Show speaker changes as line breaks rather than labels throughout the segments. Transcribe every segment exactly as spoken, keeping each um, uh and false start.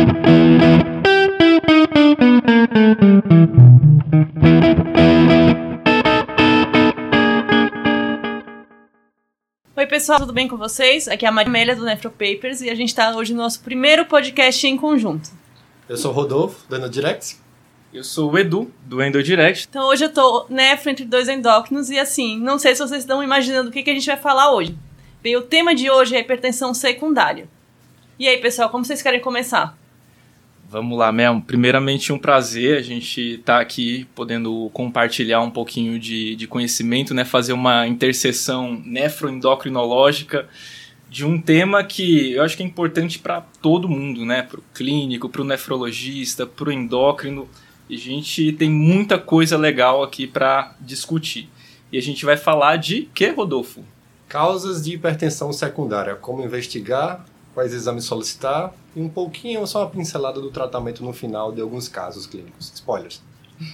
Oi pessoal, tudo bem com vocês? Aqui é a Maria Amélia do Nefropapers e a gente está hoje no nosso primeiro podcast em conjunto.
Eu sou o Rodolfo, do EndoDirect.
Eu sou o Edu, do EndoDirect.
Então hoje eu tô nefro entre dois endócrinos e assim, não sei se vocês estão imaginando o que, que a gente vai falar hoje. Bem, o tema de hoje é hipertensão secundária. E aí pessoal, como vocês querem começar?
Vamos lá, Mel. Primeiramente, um prazer a gente estar tá aqui podendo compartilhar um pouquinho de, de conhecimento, né? Fazer uma interseção nefroendocrinológica de um tema que eu acho que é importante para todo mundo, né? Para o clínico, para o nefrologista, para o endócrino. E a gente tem muita coisa legal aqui para discutir. E a gente vai falar de quê, Rodolfo?
Causas de hipertensão secundária, como investigar, quais exames solicitar e um pouquinho, só uma pincelada do tratamento no final de alguns casos clínicos. Spoilers.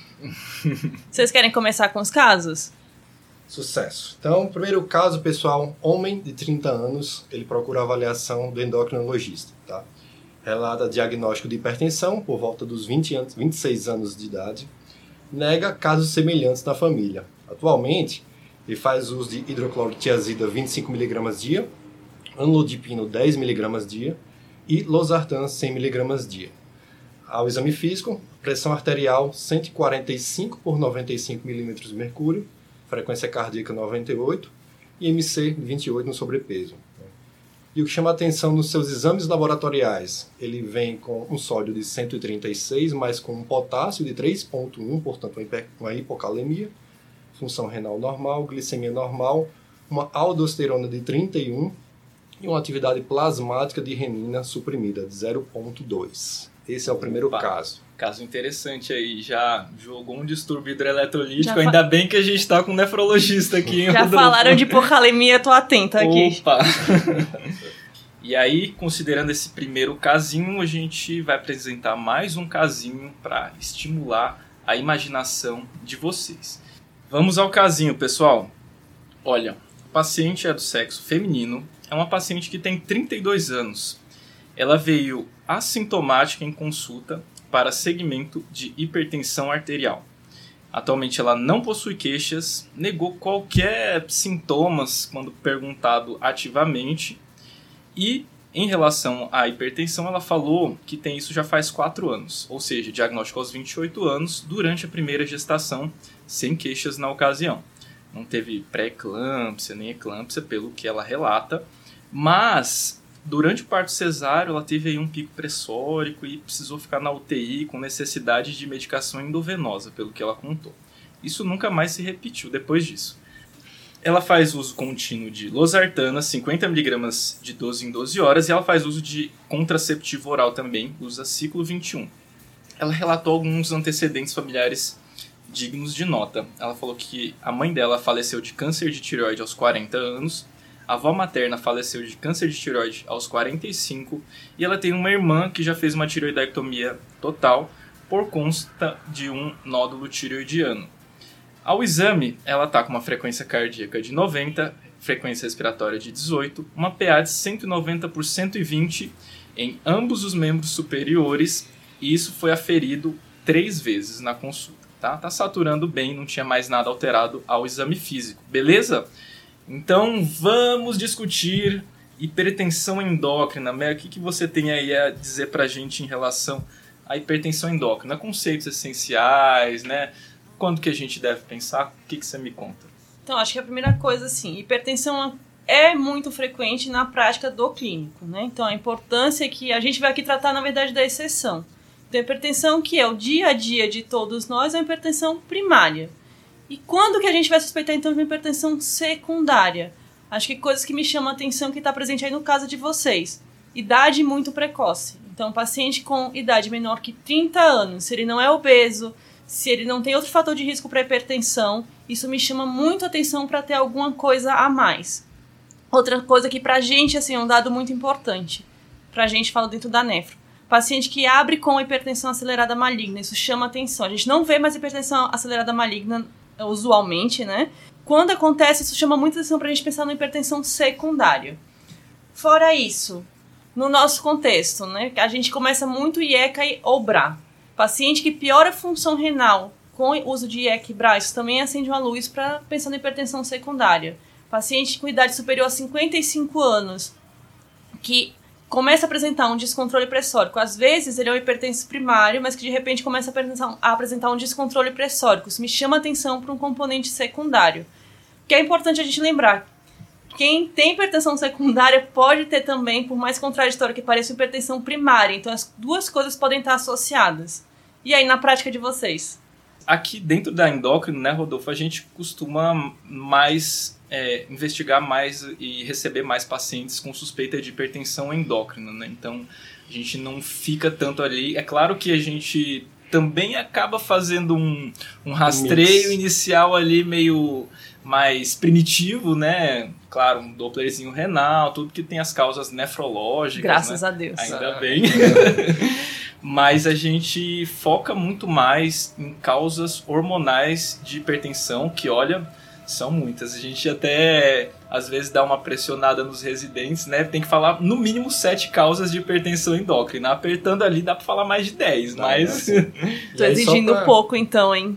Vocês querem começar com os casos?
Sucesso. Então, primeiro caso, pessoal, homem de trinta anos, ele procura a avaliação do endocrinologista, tá? Relata diagnóstico de hipertensão por volta dos vinte anos, vinte e seis anos de idade, nega casos semelhantes na família. Atualmente, ele faz uso de hidroclorotiazida vinte e cinco miligramas dia, amlodipino dez miligramas dia e losartan cem miligramas dia. Ao exame físico, pressão arterial cento e quarenta e cinco por noventa e cinco milímetros de mercúrio, frequência cardíaca noventa e oito e M C vinte e oito no sobrepeso. E o que chama a atenção nos seus exames laboratoriais, ele vem com um sódio de cento e trinta e seis, mas com um potássio de três vírgula um, portanto uma hipocalemia, função renal normal, glicemia normal, uma aldosterona de trinta e um e uma atividade plasmática de renina suprimida de zero vírgula dois. Esse é o primeiro
Opa,
caso.
Caso interessante aí, já jogou um distúrbio hidroeletrolítico,
Já
ainda
fa...
bem que a gente tá com um nefrologista aqui, hein,
Já
Rodolfo?
falaram de hipocalemia, tô atenta aqui.
Opa! E aí, considerando esse primeiro casinho, a gente vai apresentar mais um casinho para estimular a imaginação de vocês. Vamos ao casinho, pessoal. Olha, o paciente é do sexo feminino, é uma paciente que tem trinta e dois anos. Ela veio assintomática em consulta para segmento de hipertensão arterial. Atualmente ela não possui queixas, negou qualquer sintomas quando perguntado ativamente e, em relação à hipertensão, ela falou que tem isso já faz quatro anos, ou seja, diagnóstico aos vinte e oito anos, durante a primeira gestação, sem queixas na ocasião. Não teve pré-eclâmpsia nem eclâmpsia, pelo que ela relata, mas durante o parto cesáreo ela teve aí um pico pressórico e precisou ficar na U T I com necessidade de medicação endovenosa, pelo que ela contou. Isso nunca mais se repetiu depois disso. Ela faz uso contínuo de losartana, cinquenta miligramas de doze em doze horas, e ela faz uso de contraceptivo oral também, usa ciclo vinte e um. Ela relatou alguns antecedentes familiares dignos de nota. Ela falou que a mãe dela faleceu de câncer de tireoide aos quarenta anos, a avó materna faleceu de câncer de tireoide aos quarenta e cinco e ela tem uma irmã que já fez uma tireoidectomia total por conta de um nódulo tireoidiano. Ao exame, ela está com uma frequência cardíaca de noventa, frequência respiratória de dezoito, uma P A de cento e noventa por cento e vinte em ambos os membros superiores, e isso foi aferido três vezes na consulta. Tá, tá saturando bem, não tinha mais nada alterado ao exame físico, beleza? Então vamos discutir hipertensão endócrina. Mel, o que, que você tem aí a dizer pra gente em relação à hipertensão endócrina? Conceitos essenciais, né? Quando que a gente deve pensar? O que, que você me conta?
Então, acho que a primeira coisa, assim, hipertensão é muito frequente na prática do clínico, né? Então, a importância é que a gente vai aqui tratar, na verdade, da exceção. Então, a hipertensão, que é o dia a dia de todos nós, é a hipertensão primária. E quando que a gente vai suspeitar, então, de uma hipertensão secundária? Acho que coisas que me chamam a atenção que está presente aí no caso de vocês. Idade muito precoce. Então, paciente com idade menor que trinta anos, se ele não é obeso, se ele não tem outro fator de risco para hipertensão, isso me chama muito a atenção para ter alguma coisa a mais. Outra coisa que pra gente, assim, é um dado muito importante. Pra gente, fala dentro da nefro. Paciente que abre com hipertensão acelerada maligna, isso chama atenção. A gente não vê mais hipertensão acelerada maligna usualmente, né? Quando acontece, isso chama muita atenção pra gente pensar na hipertensão secundária. Fora isso, no nosso contexto, né? A gente começa muito I E C A ou B R A. Paciente que piora a função renal com o uso de I E C A e B R A, isso também acende uma luz para pensando em hipertensão secundária. Paciente com idade superior a cinquenta e cinco anos, que começa a apresentar um descontrole pressórico. Às vezes ele é um hipertenso primário, mas que de repente começa a apresentar, a apresentar um descontrole pressórico. Isso me chama a atenção para um componente secundário. Que é importante a gente lembrar. Quem tem hipertensão secundária pode ter também, por mais contraditório que pareça, hipertensão primária. Então as duas coisas podem estar associadas. E aí, na prática de vocês?
Aqui dentro da endócrino, né, Rodolfo, a gente costuma mais... É, investigar mais e receber mais pacientes com suspeita de hipertensão endócrina, né? Então a gente não fica tanto ali. É claro que a gente também acaba fazendo um, um rastreio inicial ali meio mais primitivo, né? Claro, um dopplerzinho renal, tudo que tem as causas nefrológicas.
Graças
né?
a Deus.
Ainda ah. bem. Mas a gente foca muito mais em causas hormonais de hipertensão, que olha... São muitas. A gente até, às vezes, dá uma pressionada nos residentes, né? Tem que falar, no mínimo, sete causas de hipertensão endócrina. Apertando ali, dá pra falar mais de dez, não, mas...
Tô exigindo pra... pouco, então, hein?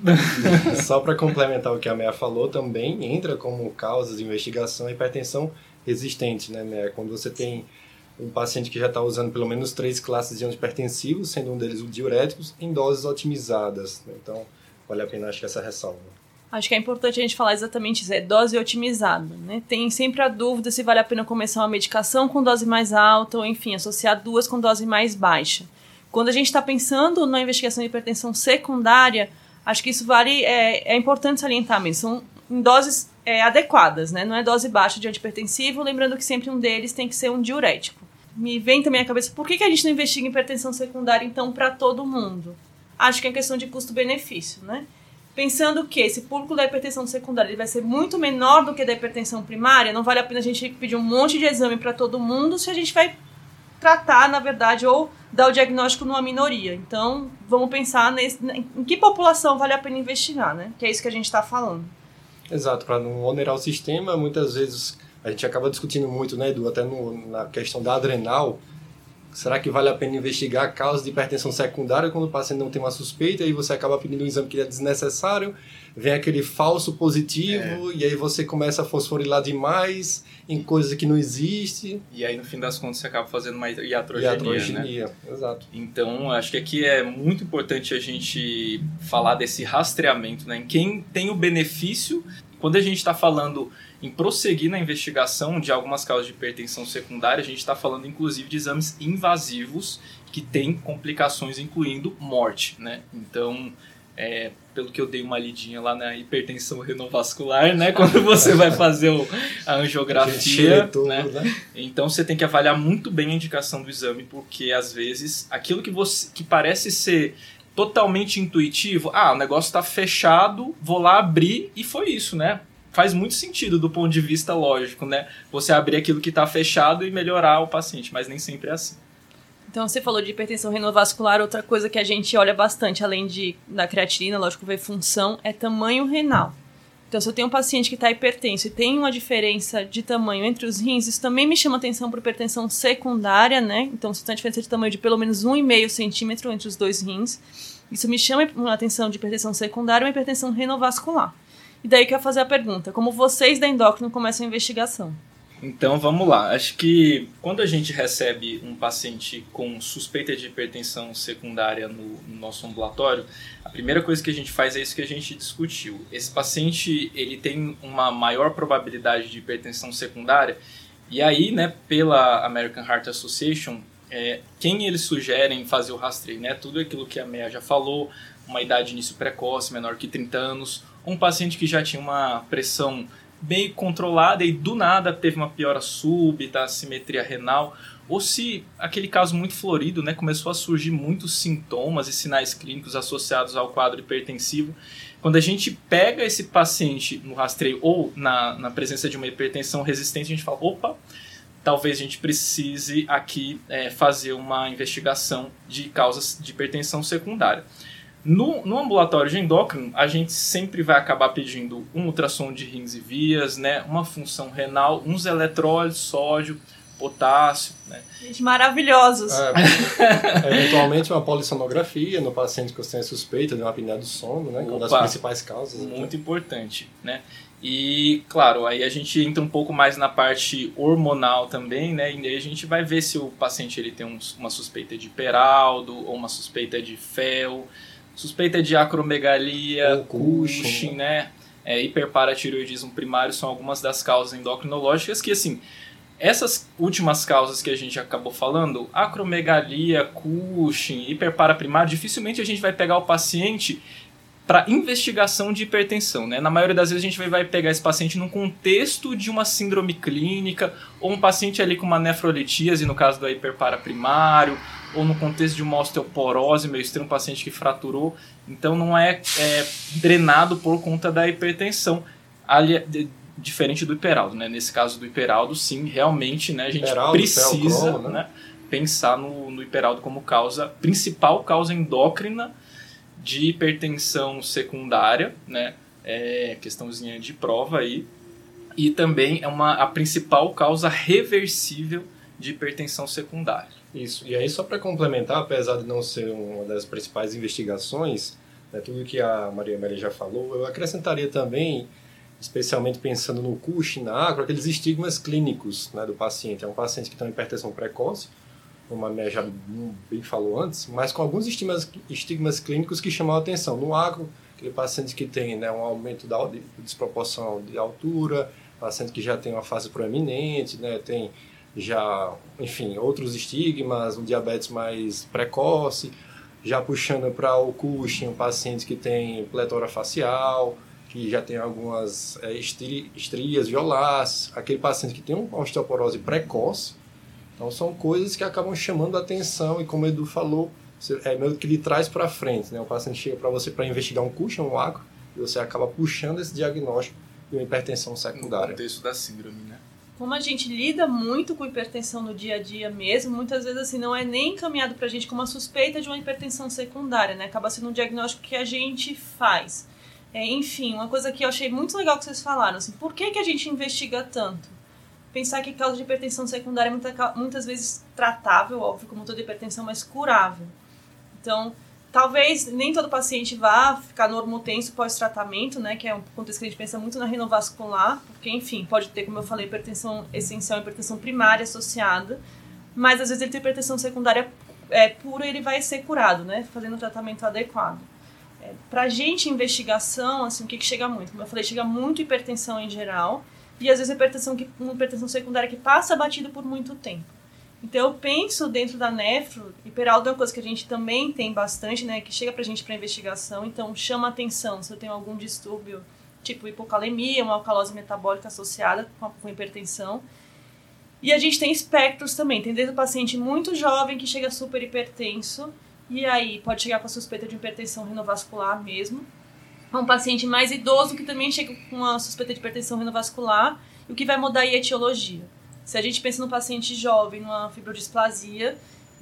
Só para complementar o que a Meia falou, também entra como causas de investigação a hipertensão resistente, né, Meia? Quando você tem um paciente que já está usando pelo menos três classes de antipertensivos, sendo um deles o diuréticos, em doses otimizadas. Né? Então, vale a pena, acho que essa ressalva.
Acho que é importante a gente falar exatamente isso, é dose otimizada, né? Tem sempre a dúvida se vale a pena começar uma medicação com dose mais alta ou, enfim, associar duas com dose mais baixa. Quando a gente está pensando na investigação de hipertensão secundária, acho que isso vale, é, é importante salientar mesmo, são em doses é, adequadas, né? Não é dose baixa de antipertensivo, lembrando que sempre um deles tem que ser um diurético. Me vem também à cabeça, por que, que a gente não investiga hipertensão secundária, então, para todo mundo? Acho que é questão de custo-benefício, né? Pensando que esse público da hipertensão secundária ele vai ser muito menor do que da hipertensão primária, não vale a pena a gente pedir um monte de exame para todo mundo se a gente vai tratar, na verdade, ou dar o diagnóstico numa minoria. Então, vamos pensar nesse, em que população vale a pena investigar, né? Que é isso que a gente está falando.
Exato, para não onerar o sistema, muitas vezes a gente acaba discutindo muito, né, Edu, até no, na questão da adrenal. Será que vale a pena investigar a causa de hipertensão secundária quando o paciente não tem uma suspeita e você acaba pedindo um exame que é desnecessário, vem aquele falso positivo é. e aí você começa a fosforilar demais em coisas que não existem.
E aí, no fim das contas, você acaba fazendo uma iatrogenia,
iatrogenia,
né?
Exato.
Então, acho que aqui é muito importante a gente falar desse rastreamento, né? Em quem tem o benefício. Quando a gente está falando em prosseguir na investigação de algumas causas de hipertensão secundária, a gente está falando inclusive de exames invasivos que têm complicações, incluindo morte, né? Então, é, pelo que eu dei uma lidinha lá na hipertensão renovascular, né? Quando você vai fazer o, a angiografia, tudo, né? né? Então você tem que avaliar muito bem a indicação do exame, porque às vezes aquilo que, você, que parece ser totalmente intuitivo, ah, o negócio está fechado, vou lá abrir e foi isso, né? Faz muito sentido do ponto de vista lógico, né? Você abrir aquilo que está fechado e melhorar o paciente, mas nem sempre é assim.
Então, você falou de hipertensão renovascular, outra coisa que a gente olha bastante, além de, da creatinina, lógico, ver função, é tamanho renal. Então, se eu tenho um paciente que está hipertenso e tem uma diferença de tamanho entre os rins, isso também me chama atenção para hipertensão secundária, né? Então, se tem uma diferença de tamanho de pelo menos um vírgula cinco centímetro entre os dois rins, isso me chama a atenção de hipertensão secundária ou hipertensão renovascular. E daí que eu ia fazer a pergunta, como vocês da endócrino começam a investigação?
Então, vamos lá. Acho que quando a gente recebe um paciente com suspeita de hipertensão secundária no, no nosso ambulatório, a primeira coisa que a gente faz é isso que a gente discutiu. Esse paciente, ele tem uma maior probabilidade de hipertensão secundária, e aí, né, pela American Heart Association, é, quem eles sugerem fazer o rastreio, né? Tudo aquilo que a Meia já falou, uma idade de início precoce, menor que trinta anos, um paciente que já tinha uma pressão bem controlada e do nada teve uma piora súbita, assimetria renal, ou se aquele caso muito florido, né, começou a surgir muitos sintomas e sinais clínicos associados ao quadro hipertensivo. Quando a gente pega esse paciente no rastreio ou na, na presença de uma hipertensão resistente, a gente fala, opa, talvez a gente precise aqui é, fazer uma investigação de causas de hipertensão secundária. No, no ambulatório de endócrino, a gente sempre vai acabar pedindo um ultrassom de rins e vias, né, uma função renal, uns eletrólitos, sódio, potássio, né?
Gente, maravilhosos.
É, eventualmente uma polissonografia no paciente que tem suspeita de uma apneia do sono, né? Que é uma das principais causas.
Muito importante, né? E, claro, aí a gente entra um pouco mais na parte hormonal também, né? E aí a gente vai ver se o paciente ele tem um, uma suspeita de hiperaldo ou uma suspeita de F E L, suspeita de acromegalia,
ou Cushing,
Cushing, né? É, hiperparatireoidismo primário são algumas das causas endocrinológicas que, assim, essas últimas causas que a gente acabou falando, acromegalia, Cushing, hiperpara primário, dificilmente a gente vai pegar o paciente para investigação de hipertensão, né? Na maioria das vezes a gente vai pegar esse paciente num contexto de uma síndrome clínica, ou um paciente ali com uma nefrolitíase, no caso do hiperpara primário, ou no contexto de uma osteoporose meio extremo, um paciente que fraturou. Então não é, é drenado por conta da hipertensão, ali, de, diferente do hiperaldo, né? Nesse caso do hiperaldo, sim, realmente, né, a gente hiperaldo, precisa né? Né, pensar no, no hiperaldo como causa, principal causa endócrina de hipertensão secundária, né? É questãozinha de prova aí. E também é uma, a principal causa reversível de hipertensão secundária.
Isso. E aí, só para complementar, apesar de não ser uma das principais investigações, né, tudo que a Maria Amélia já falou, eu acrescentaria também, especialmente pensando no Cushing, na acro, aqueles estigmas clínicos, né, do paciente. É um paciente que tem uma hipertensão precoce, como a Amélia já bem falou antes, mas com alguns estigmas, estigmas clínicos que chamam a atenção. No acro, aquele paciente que tem, né, um aumento da de desproporção de altura, paciente que já tem uma fase proeminente, né, tem já, enfim, outros estigmas, um diabetes mais precoce, já puxando para o Cushing, um paciente que tem pletora facial, que já tem algumas é, estri, estrias violáceas, aquele paciente que tem uma osteoporose precoce. Então são coisas que acabam chamando a atenção e, como o Edu falou, é meio que ele traz para frente, né? O paciente chega para você para investigar um Cushing, um acro, e você acaba puxando esse diagnóstico de uma hipertensão secundária.
No contexto da síndrome, né?
Como a gente lida muito com hipertensão no dia a dia mesmo, muitas vezes assim não é nem encaminhado para a gente com uma suspeita de uma hipertensão secundária, né? Acaba sendo um diagnóstico que a gente faz. É, enfim, uma coisa que eu achei muito legal que vocês falaram, assim, por que, que a gente investiga tanto? Pensar que causa de hipertensão secundária é muita, muitas vezes tratável, óbvio, como toda hipertensão, mas curável. Então, talvez nem todo paciente vá ficar normotenso pós-tratamento, né, que é um contexto que a gente pensa muito na renovascular, porque, enfim, pode ter, como eu falei, hipertensão essencial, hipertensão primária associada, mas às vezes ele tem hipertensão secundária é, pura e ele vai ser curado, né, fazendo o tratamento adequado. É, pra gente, investigação, assim, o que, que chega muito? Como eu falei, chega muito hipertensão em geral, e às vezes hipertensão, que, uma hipertensão secundária que passa batido por muito tempo. Então eu penso dentro da nefro, hiperaldo é uma coisa que a gente também tem bastante, né, que chega pra gente para investigação, então chama atenção se eu tenho algum distúrbio, tipo hipocalemia, uma alcalose metabólica associada com, a, com hipertensão. E a gente tem espectros também, tem desde o paciente muito jovem que chega super hipertenso, e aí pode chegar com a suspeita de hipertensão renovascular mesmo, um paciente mais idoso que também chega com uma suspeita de hipertensão renovascular, e o que vai mudar aí é a etiologia. Se a gente pensa no paciente jovem, numa fibrodisplasia,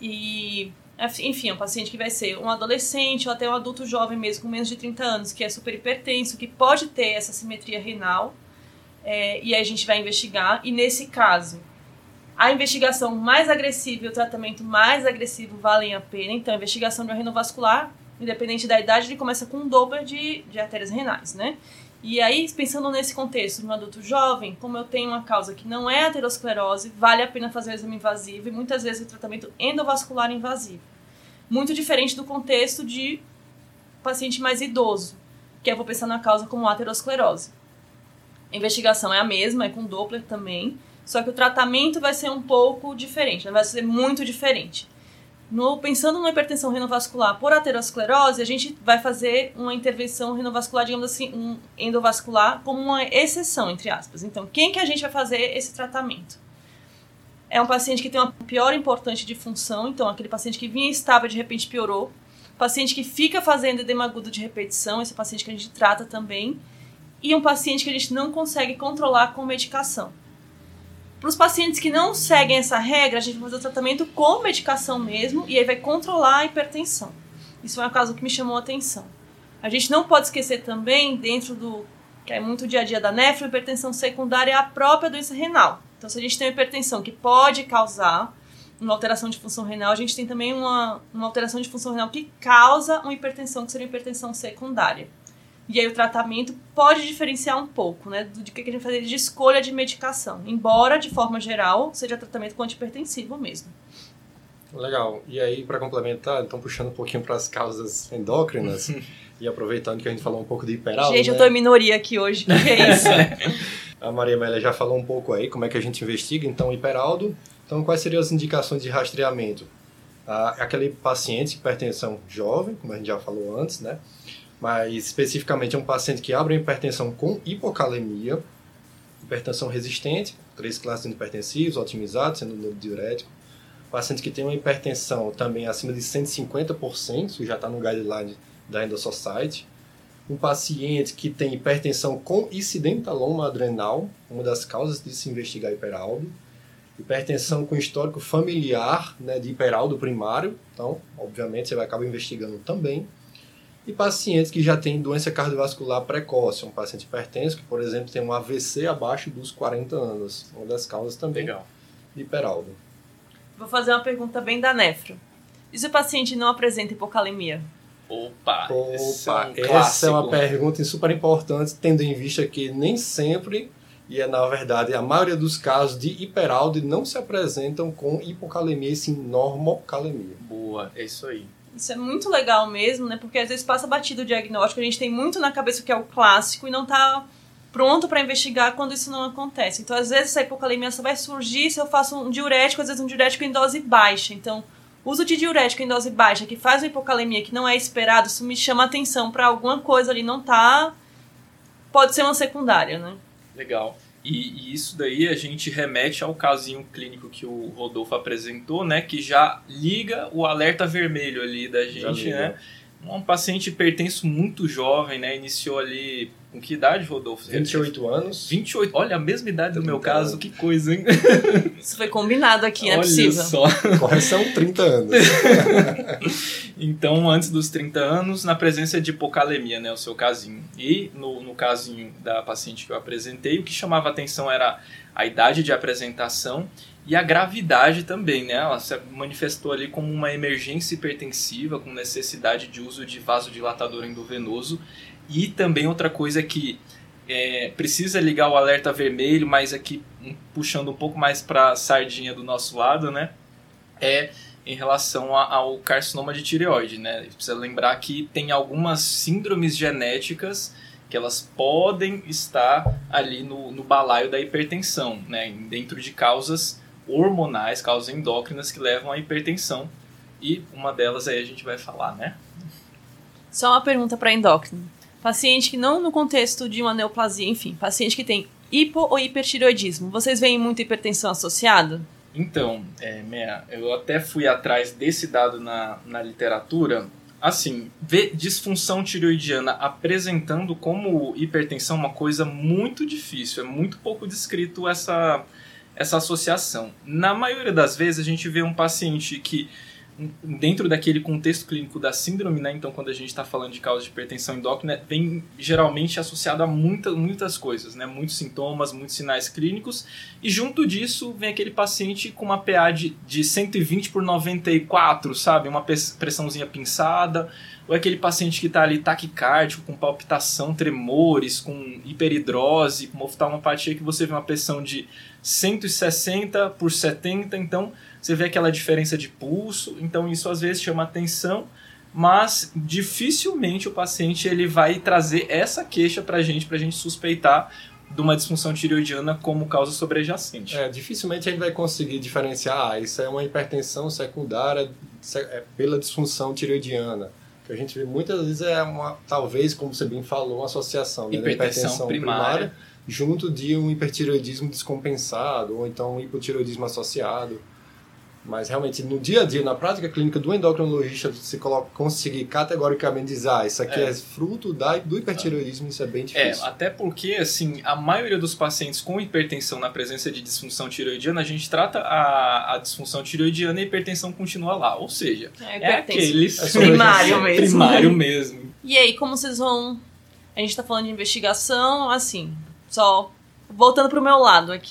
e, enfim, é um paciente que vai ser um adolescente ou até um adulto jovem mesmo, com menos de trinta anos, que é super hipertenso, que pode ter essa simetria renal, é, e aí a gente vai investigar, e nesse caso, a investigação mais agressiva e o tratamento mais agressivo valem a pena. Então, a investigação de uma renovascular, independente da idade, ele começa com um Doppler de, de artérias renais, né? E aí, pensando nesse contexto de um adulto jovem, como eu tenho uma causa que não é aterosclerose, vale a pena fazer o exame invasivo e muitas vezes o tratamento endovascular invasivo. Muito diferente do contexto de paciente mais idoso, que eu vou pensar na causa como aterosclerose. A investigação é a mesma, é com Doppler também, só que o tratamento vai ser um pouco diferente, vai ser muito diferente. No, pensando numa hipertensão renovascular por aterosclerose, a gente vai fazer uma intervenção renovascular, digamos assim, um endovascular, como uma exceção, entre aspas. Então, quem que a gente vai fazer esse tratamento? É um paciente que tem uma piora importante de função, então aquele paciente que vinha estável de repente piorou, paciente que fica fazendo edema agudo de repetição, esse é o paciente que a gente trata também, e um paciente que a gente não consegue controlar com medicação. Para os pacientes que não seguem essa regra, a gente vai fazer o tratamento com medicação mesmo, e aí vai controlar a hipertensão. Isso é um caso que me chamou a atenção. A gente não pode esquecer também, dentro do que é muito o dia a dia da nefro, hipertensão secundária é a própria doença renal. Então, se a gente tem uma hipertensão que pode causar uma alteração de função renal, a gente tem também uma, uma alteração de função renal que causa uma hipertensão, que seria uma hipertensão secundária. E aí o tratamento pode diferenciar um pouco, né, do que a gente vai fazer de escolha de medicação, embora, de forma geral, seja tratamento com antihipertensivo mesmo.
Legal. E aí, para complementar, então puxando um pouquinho para as causas endócrinas e aproveitando que a gente falou um pouco de hiperaldo,
gente,
né?
eu tô em minoria aqui hoje, o que é isso?
A Maria Amélia já falou um pouco aí como é que a gente investiga, então, hiperaldo. Então, quais seriam as indicações de rastreamento? Ah, aquele paciente de hipertensão jovem, como a gente já falou antes, né? Mas especificamente é um paciente que abre uma hipertensão com hipocalemia, hipertensão resistente, três classes de hipertensivos, otimizados, sendo no diurético. Paciente que tem uma hipertensão também acima de cento e cinquenta por cento, isso já está no guideline da Endo Society. Um paciente que tem hipertensão com incidentaloma adrenal, uma das causas de se investigar hiperaldo. Hipertensão com histórico familiar, né, de hiperaldo primário, então, obviamente, você vai acabar investigando também. E pacientes que já têm doença cardiovascular precoce, um paciente hipertenso que, por exemplo, tem um A V C abaixo dos quarenta anos, uma das causas também
Legal.
de hiperaldo.
Vou fazer uma pergunta bem da nefro. E se o paciente não apresenta hipocalemia?
Opa,
Opa,
esse é um
essa
clássico.
é uma pergunta super importante, tendo em vista que nem sempre, e é na verdade a maioria dos casos de hiperaldo não se apresentam com hipocalemia, e sim normocalemia.
Boa, é isso aí.
Isso é muito legal mesmo, né? Porque às vezes passa batido o diagnóstico, a gente tem muito na cabeça o que é o clássico e não tá pronto para investigar quando isso não acontece. Então, às vezes, essa hipocalemia só vai surgir se eu faço um diurético, às vezes um diurético em dose baixa. Então, uso de diurético em dose baixa que faz uma hipocalemia que não é esperado, isso me chama atenção para alguma coisa ali não tá... Pode ser uma secundária, né?
Legal. E, e isso daí a gente remete ao casinho clínico que o Rodolfo apresentou, né? Que já liga o alerta vermelho ali da gente, né? Um paciente hipertenso muito jovem, né? Iniciou ali... Com que idade, Rodolfo?
vinte e oito anos.
vinte e oito. Olha, a mesma idade do meu caso. Que coisa, hein?
Isso foi combinado aqui, não é
Olha
possível.
Só.
Correção, trinta anos.
Então, antes dos trinta anos, na presença de hipocalemia, né? O seu casinho. E no, no casinho da paciente que eu apresentei, o que chamava atenção era a idade de apresentação e a gravidade também, né? Ela se manifestou ali como uma emergência hipertensiva com necessidade de uso de vasodilatador endovenoso. E também outra coisa que é, precisa ligar o alerta vermelho, mas aqui um, puxando um pouco mais para a sardinha do nosso lado, né? É em relação a, ao carcinoma de tireoide, né? Precisa lembrar que tem algumas síndromes genéticas que elas podem estar ali no, no balaio da hipertensão, né? Dentro de causas hormonais, causas endócrinas que levam à hipertensão. E uma delas aí a gente vai falar, né?
Só uma pergunta para endócrino. Paciente que não no contexto de uma neoplasia, enfim, paciente que tem hipo ou hipertireoidismo, vocês veem muita hipertensão associada?
Então, é, Mea, eu até fui atrás desse dado na, na literatura. Assim, ver disfunção tireoidiana apresentando como hipertensão é uma coisa muito difícil, é muito pouco descrito essa, essa associação. Na maioria das vezes a gente vê um paciente que, dentro daquele contexto clínico da síndrome, né? Então quando a gente está falando de causa de hipertensão endócrina, vem geralmente associado a muita, muitas coisas, né? Muitos sintomas, muitos sinais clínicos, e junto disso vem aquele paciente com uma P A de, de cento e vinte por noventa e quatro, sabe? Uma pressãozinha pinçada, ou aquele paciente que está ali taquicárdico, com palpitação, tremores, com hiperidrose, com uma oftalmopatia que você vê uma pressão de cento e sessenta por setenta, então você vê aquela diferença de pulso, então isso às vezes chama atenção, mas dificilmente o paciente ele vai trazer essa queixa pra gente, pra gente suspeitar de uma disfunção tireoidiana como causa sobrejacente.
É, dificilmente a gente vai conseguir diferenciar, ah, isso é uma hipertensão secundária pela disfunção tireoidiana. O que a gente vê muitas vezes é uma, talvez, como você bem falou, uma associação, né,
hipertensão, hipertensão primária, primária
junto de um hipertireoidismo descompensado, ou então um hipotireoidismo associado. Mas realmente, no dia a dia, na prática clínica do endocrinologista, você coloca, conseguir categoricamente dizer, ah, isso aqui é, é fruto da, do hipertireoidismo, isso é bem difícil.
É, até porque, assim, a maioria dos pacientes com hipertensão na presença de disfunção tireoidiana, a gente trata a, a disfunção tireoidiana e a hipertensão continua lá. Ou seja, é, é aqueles...
É primário mesmo.
Primário mesmo.
E aí, como vocês vão... A gente tá falando de investigação, assim, só voltando pro meu lado aqui.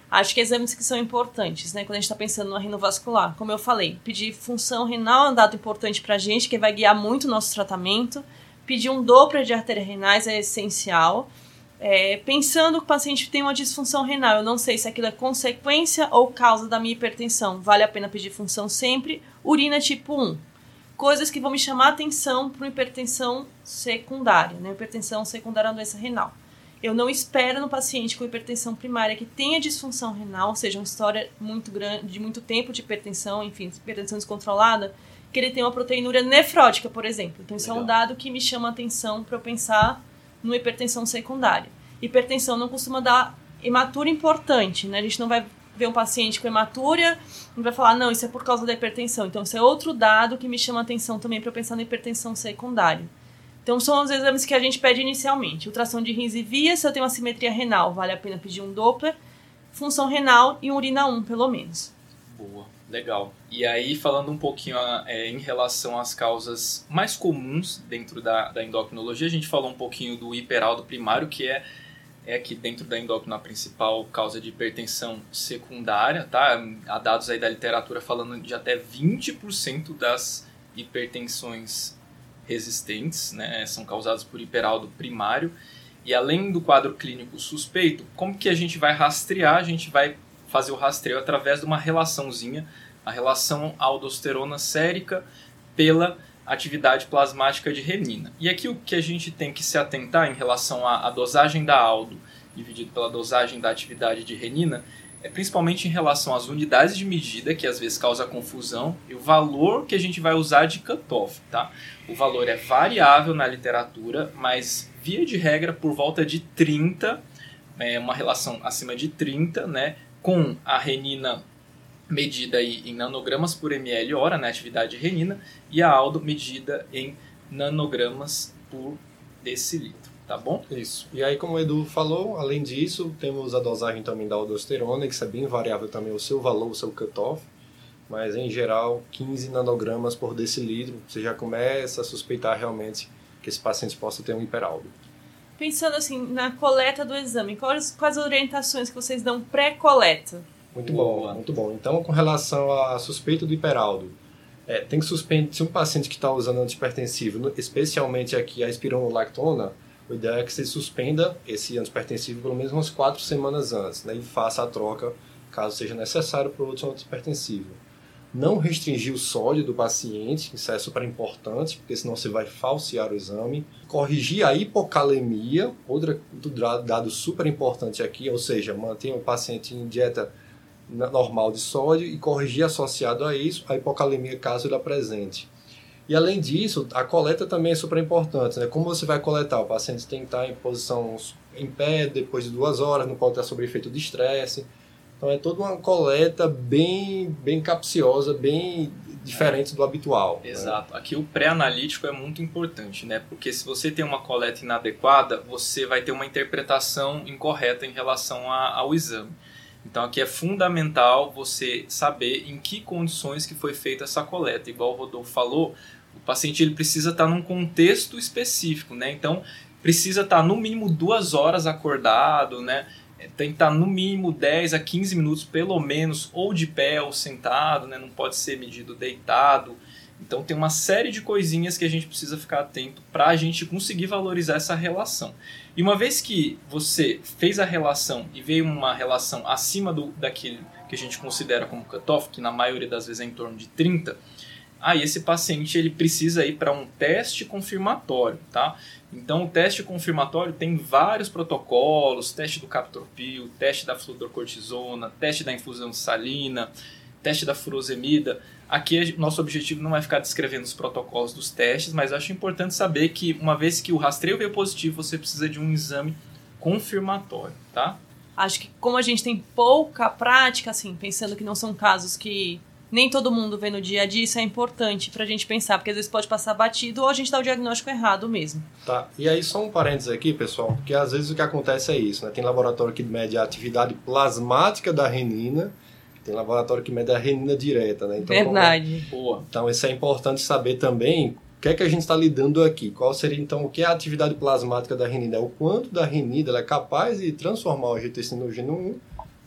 Acho que exames que são importantes, né? Quando a gente está pensando no renovascular. Como eu falei, pedir função renal é um dado importante para a gente, que vai guiar muito o nosso tratamento. Pedir um Doppler de artérias renais é essencial. É, pensando que o paciente tem uma disfunção renal, eu não sei se aquilo é consequência ou causa da minha hipertensão. Vale a pena pedir função sempre. Urina tipo um. Coisas que vão me chamar a atenção para uma hipertensão secundária, né? Hipertensão secundária é uma doença renal. Eu não espero no paciente com hipertensão primária que tenha disfunção renal, ou seja, uma história muito grande, de muito tempo de hipertensão, enfim, hipertensão descontrolada, que ele tenha uma proteinúria nefrótica, por exemplo. Então, isso Legal. É um dado que me chama a atenção para eu pensar numa hipertensão secundária. Hipertensão não costuma dar hematúria importante, né? A gente não vai ver um paciente com hematúria e vai falar, não, isso é por causa da hipertensão. Então, isso é outro dado que me chama a atenção também para eu pensar na hipertensão secundária. Então, são os exames que a gente pede inicialmente. Ultrassom de rins e vias, se eu tenho uma simetria renal, vale a pena pedir um Doppler. Função renal e um urina um, pelo menos.
Boa, legal. E aí, falando um pouquinho é, em relação às causas mais comuns dentro da, da endocrinologia, a gente falou um pouquinho do hiperaldo primário, que é, é aqui dentro da endócrina a principal causa de hipertensão secundária, tá? Há dados aí da literatura falando de até vinte por cento das hipertensões resistentes, né, são causadas por hiperaldo primário. E além do quadro clínico suspeito, como que a gente vai rastrear? A gente vai fazer o rastreio através de uma relaçãozinha, a relação aldosterona sérica pela atividade plasmática de renina. E aqui o que a gente tem que se atentar em relação à, à dosagem da aldo dividido pela dosagem da atividade de renina é principalmente em relação às unidades de medida, que às vezes causa confusão, e o valor que a gente vai usar de cutoff, tá? O valor é variável na literatura, mas via de regra por volta de trinta, é uma relação acima de trinta, né? Com a renina medida aí em nanogramas por ml hora, né? Atividade de renina, e a aldo medida em nanogramas por decilitro. Tá bom?
Isso. E aí, como o Edu falou, além disso, temos a dosagem também da aldosterona, que isso é bem variável também o seu valor, o seu cutoff, mas em geral, quinze nanogramas por decilitro, você já começa a suspeitar realmente que esse paciente possa ter um hiperaldo.
Pensando assim, na coleta do exame, quais, quais as orientações que vocês dão pré-coleta?
Muito bom, Boa. muito bom. Então, com relação à suspeita do hiperaldo, é, tem que suspender, se um paciente que está usando antihipertensivo, especialmente aqui a espironolactona, o ideal é que você suspenda esse antihipertensivo pelo menos umas quatro semanas antes, né, e faça a troca, caso seja necessário, para outro antihipertensivo. Não restringir o sódio do paciente, isso é super importante, porque senão você vai falsear o exame. Corrigir a hipocalemia, outro dado super importante aqui, ou seja, manter o paciente em dieta normal de sódio e corrigir associado a isso a hipocalemia caso ele apresente. E além disso, a coleta também é super importante, né? Como você vai coletar? O paciente tem que estar em posição em pé depois de duas horas, não pode estar sob efeito de estresse. Então é toda uma coleta bem, bem capciosa, bem diferente do habitual.
Exato.
Né?
Aqui o pré-analítico é muito importante, né? Porque se você tem uma coleta inadequada, você vai ter uma interpretação incorreta em relação a, ao exame. Então aqui é fundamental você saber em que condições que foi feita essa coleta. Igual o Rodolfo falou, o paciente ele precisa estar num contexto específico, né? Então precisa estar no mínimo duas horas acordado, né? Tem que estar no mínimo dez a quinze minutos pelo menos, ou de pé ou sentado, né? Não pode ser medido deitado. Então tem uma série de coisinhas que a gente precisa ficar atento para a gente conseguir valorizar essa relação. E uma vez que você fez a relação e veio uma relação acima do, daquilo que a gente considera como cutoff, que na maioria das vezes é em torno de trinta, aí esse paciente ele precisa ir para um teste confirmatório, tá? Então o teste confirmatório tem vários protocolos, teste do captopril, teste da fluorocortisona, teste da infusão de salina, teste da furosemida. Aqui nosso objetivo não é ficar descrevendo os protocolos dos testes, mas eu acho importante saber que uma vez que o rastreio veio positivo, você precisa de um exame confirmatório, tá?
Acho que como a gente tem pouca prática, assim, pensando que não são casos que nem todo mundo vê no dia a dia, isso é importante pra gente pensar, porque às vezes pode passar batido ou a gente dá o diagnóstico errado mesmo.
Tá, e aí só um parênteses aqui, pessoal, porque às vezes o que acontece é isso, né? Tem laboratório que mede a atividade plasmática da renina, tem laboratório que mede a renina direta, né? Então,
Verdade.
Como... Então isso é importante saber também o que é que a gente está lidando aqui. Qual seria então o que é a atividade plasmática da renina? É o quanto da renina ela é capaz de transformar o angiotensina um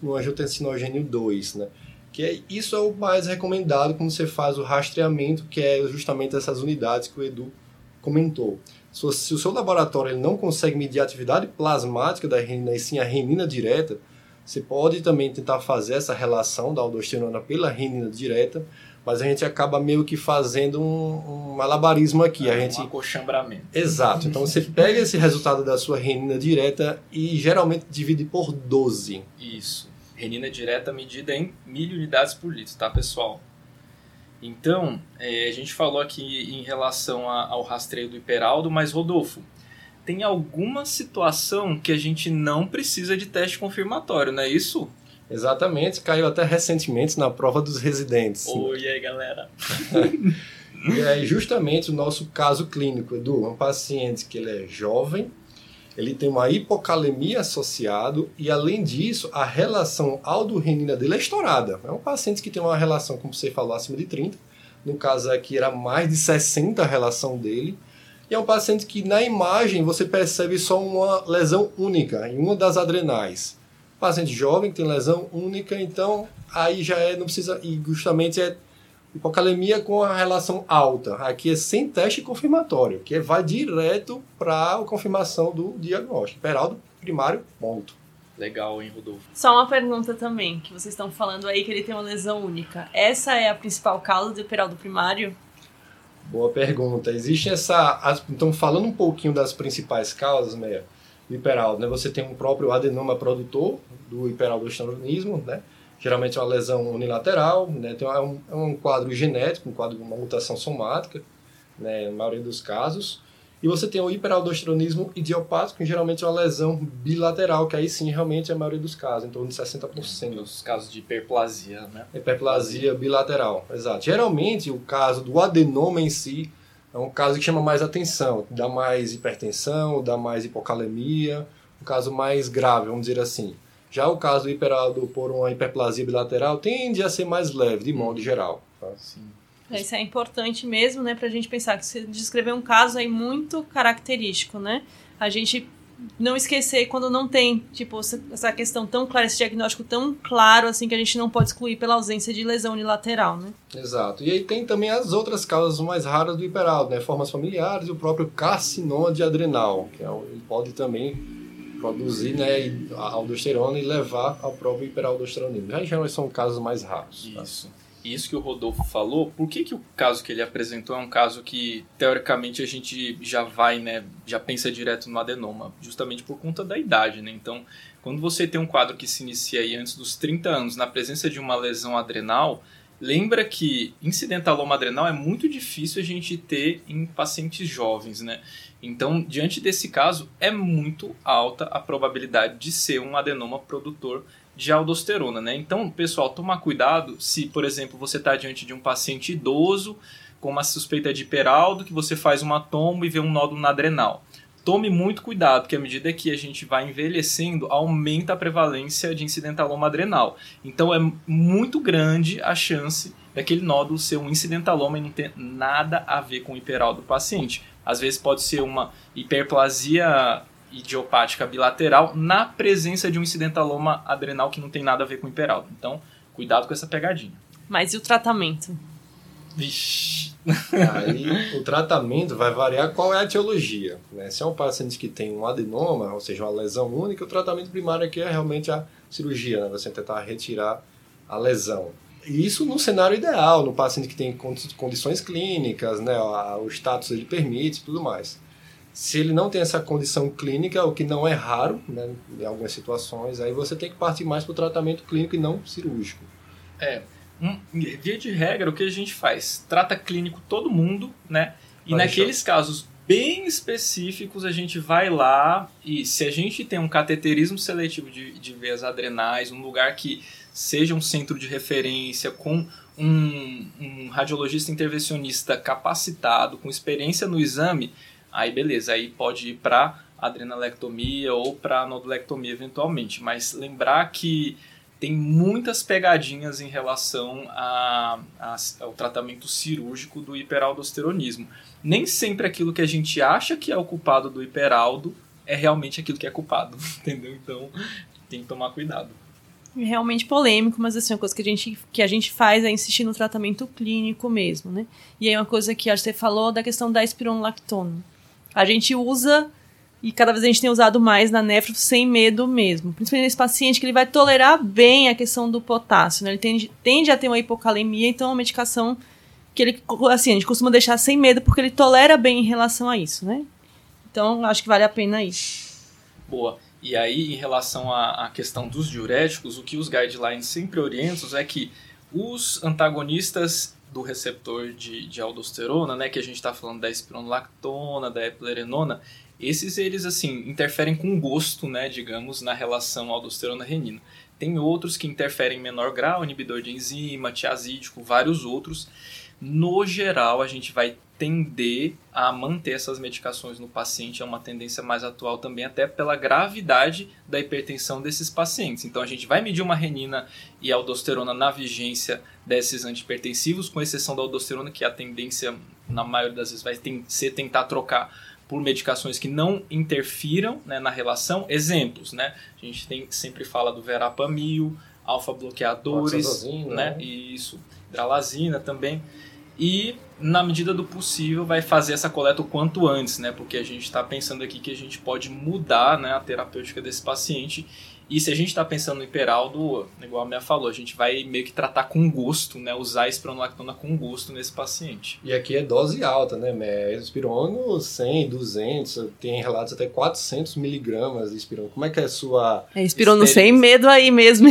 no angiotensinogênio dois, né? Que é, isso é o mais recomendado quando você faz o rastreamento, que é justamente essas unidades que o Edu comentou. Se o seu laboratório ele não consegue medir a atividade plasmática da renina e sim a renina direta, você pode também tentar fazer essa relação da aldosterona pela renina direta, mas a gente acaba meio que fazendo um, um malabarismo aqui.
É,
a gente...
um acochambramento.
Exato. Então você pega esse resultado da sua renina direta e geralmente divide por doze.
Isso. Renina direta medida em mil unidades por litro, tá, pessoal? Então, é, a gente falou aqui em relação a, ao rastreio do hiperaldo, mas, Rodolfo, tem alguma situação que a gente não precisa de teste confirmatório, não é isso?
Exatamente, caiu até recentemente na prova dos residentes.
Oi, e aí, galera?
E é justamente o nosso caso clínico, Edu, um paciente que ele é jovem, ele tem uma hipocalemia associado e, além disso, a relação aldo-renina dele é estourada. É um paciente que tem uma relação, como você falou, acima de trinta. No caso aqui, era mais de sessenta a relação dele. E é um paciente que, na imagem, você percebe só uma lesão única em uma das adrenais. Paciente jovem que tem lesão única, então aí já é, não precisa, e justamente é hipocalemia com a relação alta. Aqui é sem teste confirmatório, que vai direto para a confirmação do diagnóstico. Hiperaldo primário, ponto.
Legal, hein, Rodolfo?
Só uma pergunta também, que vocês estão falando aí que ele tem uma lesão única. Essa é a principal causa do hiperaldo primário?
Boa pergunta. Existe essa... Então, falando um pouquinho das principais causas, Meia, do hiperaldo, né? Você tem um próprio adenoma produtor do hiperaldosteronismo, né? Geralmente é uma lesão unilateral, né? Então é um, é um quadro genético, um quadro de uma mutação somática, né? Na maioria dos casos. E você tem o hiperaldosteronismo idiopático, que geralmente é uma lesão bilateral, que aí sim realmente é a maioria dos casos, em torno de sessenta por cento.
Nos casos de hiperplasia, né?
Hiperplasia bilateral, exato. Geralmente o caso do adenoma em si é um caso que chama mais atenção, dá mais hipertensão, dá mais hipocalemia, um caso mais grave, vamos dizer assim. Já o caso do hiperaldo por uma hiperplasia bilateral tende a ser mais leve, de modo geral. Tá?
Sim.
Isso é importante mesmo, né, pra gente pensar que você descreveu um caso aí muito característico, né? A gente não esquecer quando não tem, tipo, essa questão tão clara, esse diagnóstico tão claro, assim, que a gente não pode excluir pela ausência de lesão unilateral, né?
Exato. E aí tem também as outras causas mais raras do hiperaldo, né? Formas familiares e o próprio carcinoma de adrenal, que é, ele pode também produzir, né, a aldosterona e levar ao próprio hiperaldosteronismo. Já geralmente são casos mais raros. Tá?
Isso. Isso que o Rodolfo falou, por que, que o caso que ele apresentou é um caso que, teoricamente, a gente já vai, né, já pensa direto no adenoma? Justamente por conta da idade, né? Então, quando você tem um quadro que se inicia aí antes dos trinta anos, na presença de uma lesão adrenal, lembra que incidentaloma adrenal é muito difícil a gente ter em pacientes jovens, né? Então, diante desse caso, é muito alta a probabilidade de ser um adenoma produtor de aldosterona, né? Então, pessoal, tomar cuidado se, por exemplo, você está diante de um paciente idoso com uma suspeita de hiperaldo, que você faz uma tomo e vê um nódulo na adrenal. Tome muito cuidado, porque à medida que a gente vai envelhecendo, aumenta a prevalência de incidentaloma adrenal. Então, é muito grande a chance daquele nódulo ser um incidentaloma e não ter nada a ver com o hiperaldo do paciente. Às vezes pode ser uma hiperplasia idiopática bilateral na presença de um incidentaloma adrenal que não tem nada a ver com hiperaldo. Então, cuidado com essa pegadinha.
Mas e o tratamento?
Vixe!
Aí, o tratamento vai variar qual é a etiologia, né? Se é um paciente que tem um adenoma, ou seja, uma lesão única, o tratamento primário aqui é realmente a cirurgia, né? Você tentar retirar a lesão. E isso no cenário ideal, no paciente que tem condições clínicas, né? O status ele permite e tudo mais. Se ele não tem essa condição clínica, o que não é raro, né, em algumas situações, aí você tem que partir mais para o tratamento clínico e não cirúrgico.
É, um, via de regra, o que a gente faz? Trata clínico todo mundo, né? E
Vai
naqueles
deixar.
casos bem específicos, a gente vai lá e se a gente tem um cateterismo seletivo de, de veias adrenais, um lugar que seja um centro de referência com um, um radiologista intervencionista capacitado, com experiência no exame, aí beleza, aí pode ir para adrenalectomia ou para nodulectomia eventualmente, mas lembrar que tem muitas pegadinhas em relação a, a, ao tratamento cirúrgico do hiperaldosteronismo. Nem sempre aquilo que a gente acha que é o culpado do hiperaldo é realmente aquilo que é culpado, entendeu? Então tem que tomar cuidado.
realmente polêmico, mas assim, uma coisa que a gente, que a gente faz é insistir no tratamento clínico mesmo, né? E aí uma coisa que você falou da questão da espironolactona. A gente usa, e cada vez a gente tem usado mais na nefro sem medo mesmo. Principalmente nesse paciente que ele vai tolerar bem a questão do potássio, né? Ele tende, tende a ter uma hipocalemia, então é uma medicação que ele, assim, a gente costuma deixar sem medo porque ele tolera bem em relação a isso, né? Então, acho que vale a pena isso.
Boa. E aí, em relação à, à questão dos diuréticos, o que os guidelines sempre orientam é que os antagonistas do receptor de, de aldosterona, né, que a gente está falando da espironolactona, da eplerenona, esses eles assim interferem com gosto, né, digamos, na relação aldosterona-renina. Tem outros que interferem em menor grau, inibidor de enzima, tiazídico, vários outros. No geral, a gente vai tender a manter essas medicações no paciente, é uma tendência mais atual também, até pela gravidade da hipertensão desses pacientes. Então a gente vai medir uma renina e aldosterona na vigência desses antihipertensivos, com exceção da aldosterona, que a tendência, na maioria das vezes, vai tem, ser tentar trocar por medicações que não interfiram, né, na relação. Exemplos, né? A gente tem, sempre fala do verapamil, alfa-bloqueadores, né? né? Isso, hidralazina também. E, na medida do possível, vai fazer essa coleta o quanto antes, né? Porque a gente está pensando aqui que a gente pode mudar, né, a terapêutica desse paciente. E se a gente está pensando no hiperaldo, igual a minha falou, a gente vai meio que tratar com gosto, né? Usar a espironolactona com gosto nesse paciente.
E aqui é dose alta, né? É espirono cem, duzentos, tem relatos até quatrocentos miligramas de espirono. Como é que é a sua...
É, espirono sem medo aí mesmo.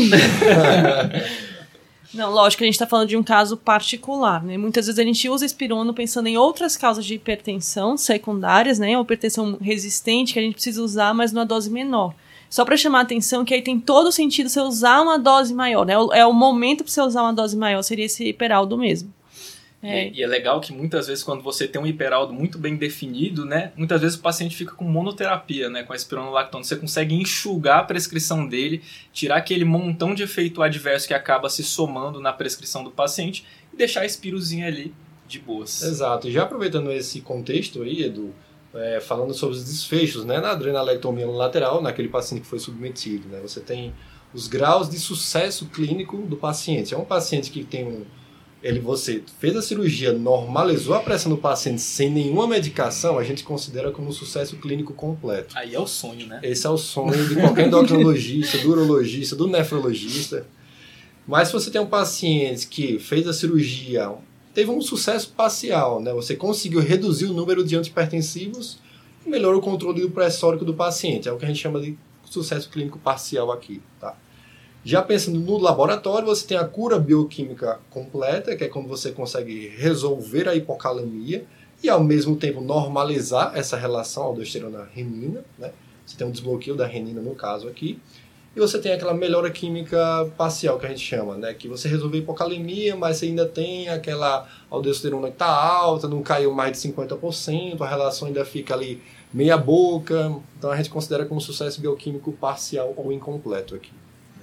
Não, lógico que a gente está falando de um caso particular, né? Muitas vezes a gente usa espirono pensando em outras causas de hipertensão secundárias, né? Ou hipertensão resistente que a gente precisa usar, mas numa dose menor. Só para chamar a atenção que aí tem todo sentido você usar uma dose maior, né? É o momento para você usar uma dose maior, seria esse hiperaldo mesmo.
É. E, e é legal que muitas vezes quando você tem um hiperaldo muito bem definido, né, muitas vezes o paciente fica com monoterapia, né, com a espironolactona. Você consegue enxugar a prescrição dele, tirar aquele montão de efeito adverso que acaba se somando na prescrição do paciente e deixar a espirozinha ali de boas.
Exato. E já aproveitando esse contexto aí, Edu, é, falando sobre os desfechos, né, na adrenalectomia lateral, naquele paciente que foi submetido, né, você tem os graus de sucesso clínico do paciente. É um paciente que tem um Ele, você fez a cirurgia, normalizou a pressão do paciente sem nenhuma medicação, a gente considera como um sucesso clínico completo.
Aí é o sonho, né?
Esse é o sonho de qualquer endocrinologista, do urologista, do nefrologista. Mas se você tem um paciente que fez a cirurgia, teve um sucesso parcial, né? Você conseguiu reduzir o número de antihipertensivos e melhorou o controle do pressórico do paciente. É o que a gente chama de sucesso clínico parcial aqui, tá? Já pensando no laboratório, você tem a cura bioquímica completa, que é quando você consegue resolver a hipocalemia e, ao mesmo tempo, normalizar essa relação aldosterona-renina, né? Você tem um desbloqueio da renina, no caso aqui. E você tem aquela melhora química parcial, que a gente chama, né? Que você resolveu a hipocalemia, mas você ainda tem aquela aldosterona que está alta, não caiu mais de cinquenta por cento, a relação ainda fica ali meia boca. Então, a gente considera como sucesso bioquímico parcial ou incompleto aqui.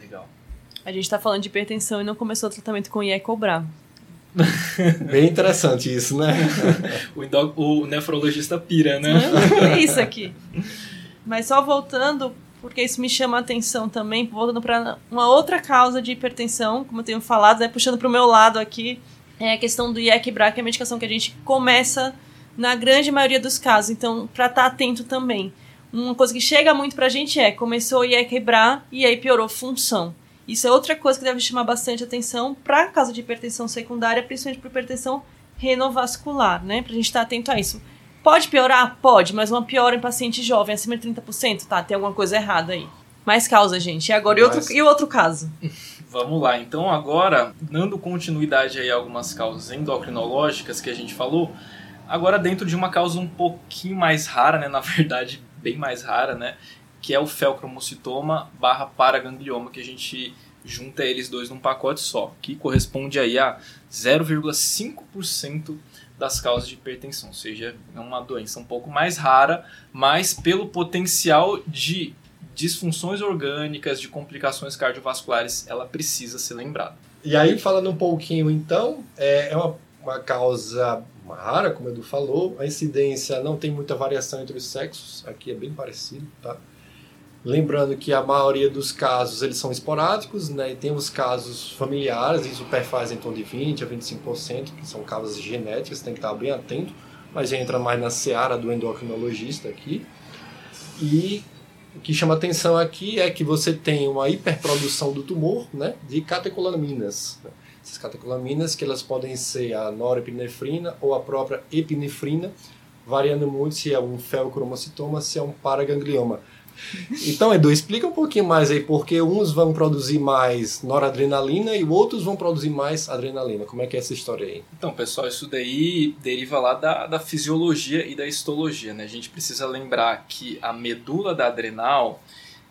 A gente tá falando de hipertensão e não começou o tratamento com I E Cobra.
Bem interessante isso, né?
o, endo... o nefrologista pira, né?
É isso aqui. Mas só voltando, porque isso me chama a atenção também, voltando para uma outra causa de hipertensão, como eu tenho falado, né, puxando para o meu lado aqui, é a questão do I E C B R A, que é a medicação que a gente começa na grande maioria dos casos. Então, para estar atento também. Uma coisa que chega muito pra gente é, começou o I E C B R A e aí piorou função. Isso é outra coisa que deve chamar bastante atenção para caso de hipertensão secundária, principalmente para hipertensão renovascular, né? Pra gente estar atento a isso. Pode piorar? Pode, mas uma piora em paciente jovem, acima de trinta por cento, tá? Tem alguma coisa errada aí. Mais causa, gente. E agora, mas... e, outro, e outro caso?
Vamos lá. Então, agora, dando continuidade aí a algumas causas endocrinológicas que a gente falou, agora dentro de uma causa um pouquinho mais rara, né? Na verdade, bem mais rara, né? Que é o felcromocitoma barra paraganglioma, que a gente junta eles dois num pacote só, que corresponde aí a zero vírgula cinco por cento das causas de hipertensão, ou seja, é uma doença um pouco mais rara, mas pelo potencial de disfunções orgânicas, de complicações cardiovasculares, ela precisa ser lembrada.
E aí, falando um pouquinho, então, é uma, uma causa rara, como o Edu falou, a incidência não tem muita variação entre os sexos, aqui é bem parecido, tá? Lembrando que a maioria dos casos eles são esporádicos, né? E tem os casos familiares, isso perfaz em torno de vinte a vinte e cinco por cento, que são causas genéticas, tem que estar bem atento, mas já entra mais na seara do endocrinologista aqui. E o que chama atenção aqui é que você tem uma hiperprodução do tumor, né, de catecolaminas. Essas catecolaminas que elas podem ser a norepinefrina ou a própria epinefrina, variando muito se é um feocromocitoma, se é um paraganglioma. Então, Edu, explica um pouquinho mais aí, porque uns vão produzir mais noradrenalina e outros vão produzir mais adrenalina. Como é que é essa história aí?
Então, pessoal, isso daí deriva lá da, da fisiologia e da histologia, né? A gente precisa lembrar que a medula da adrenal,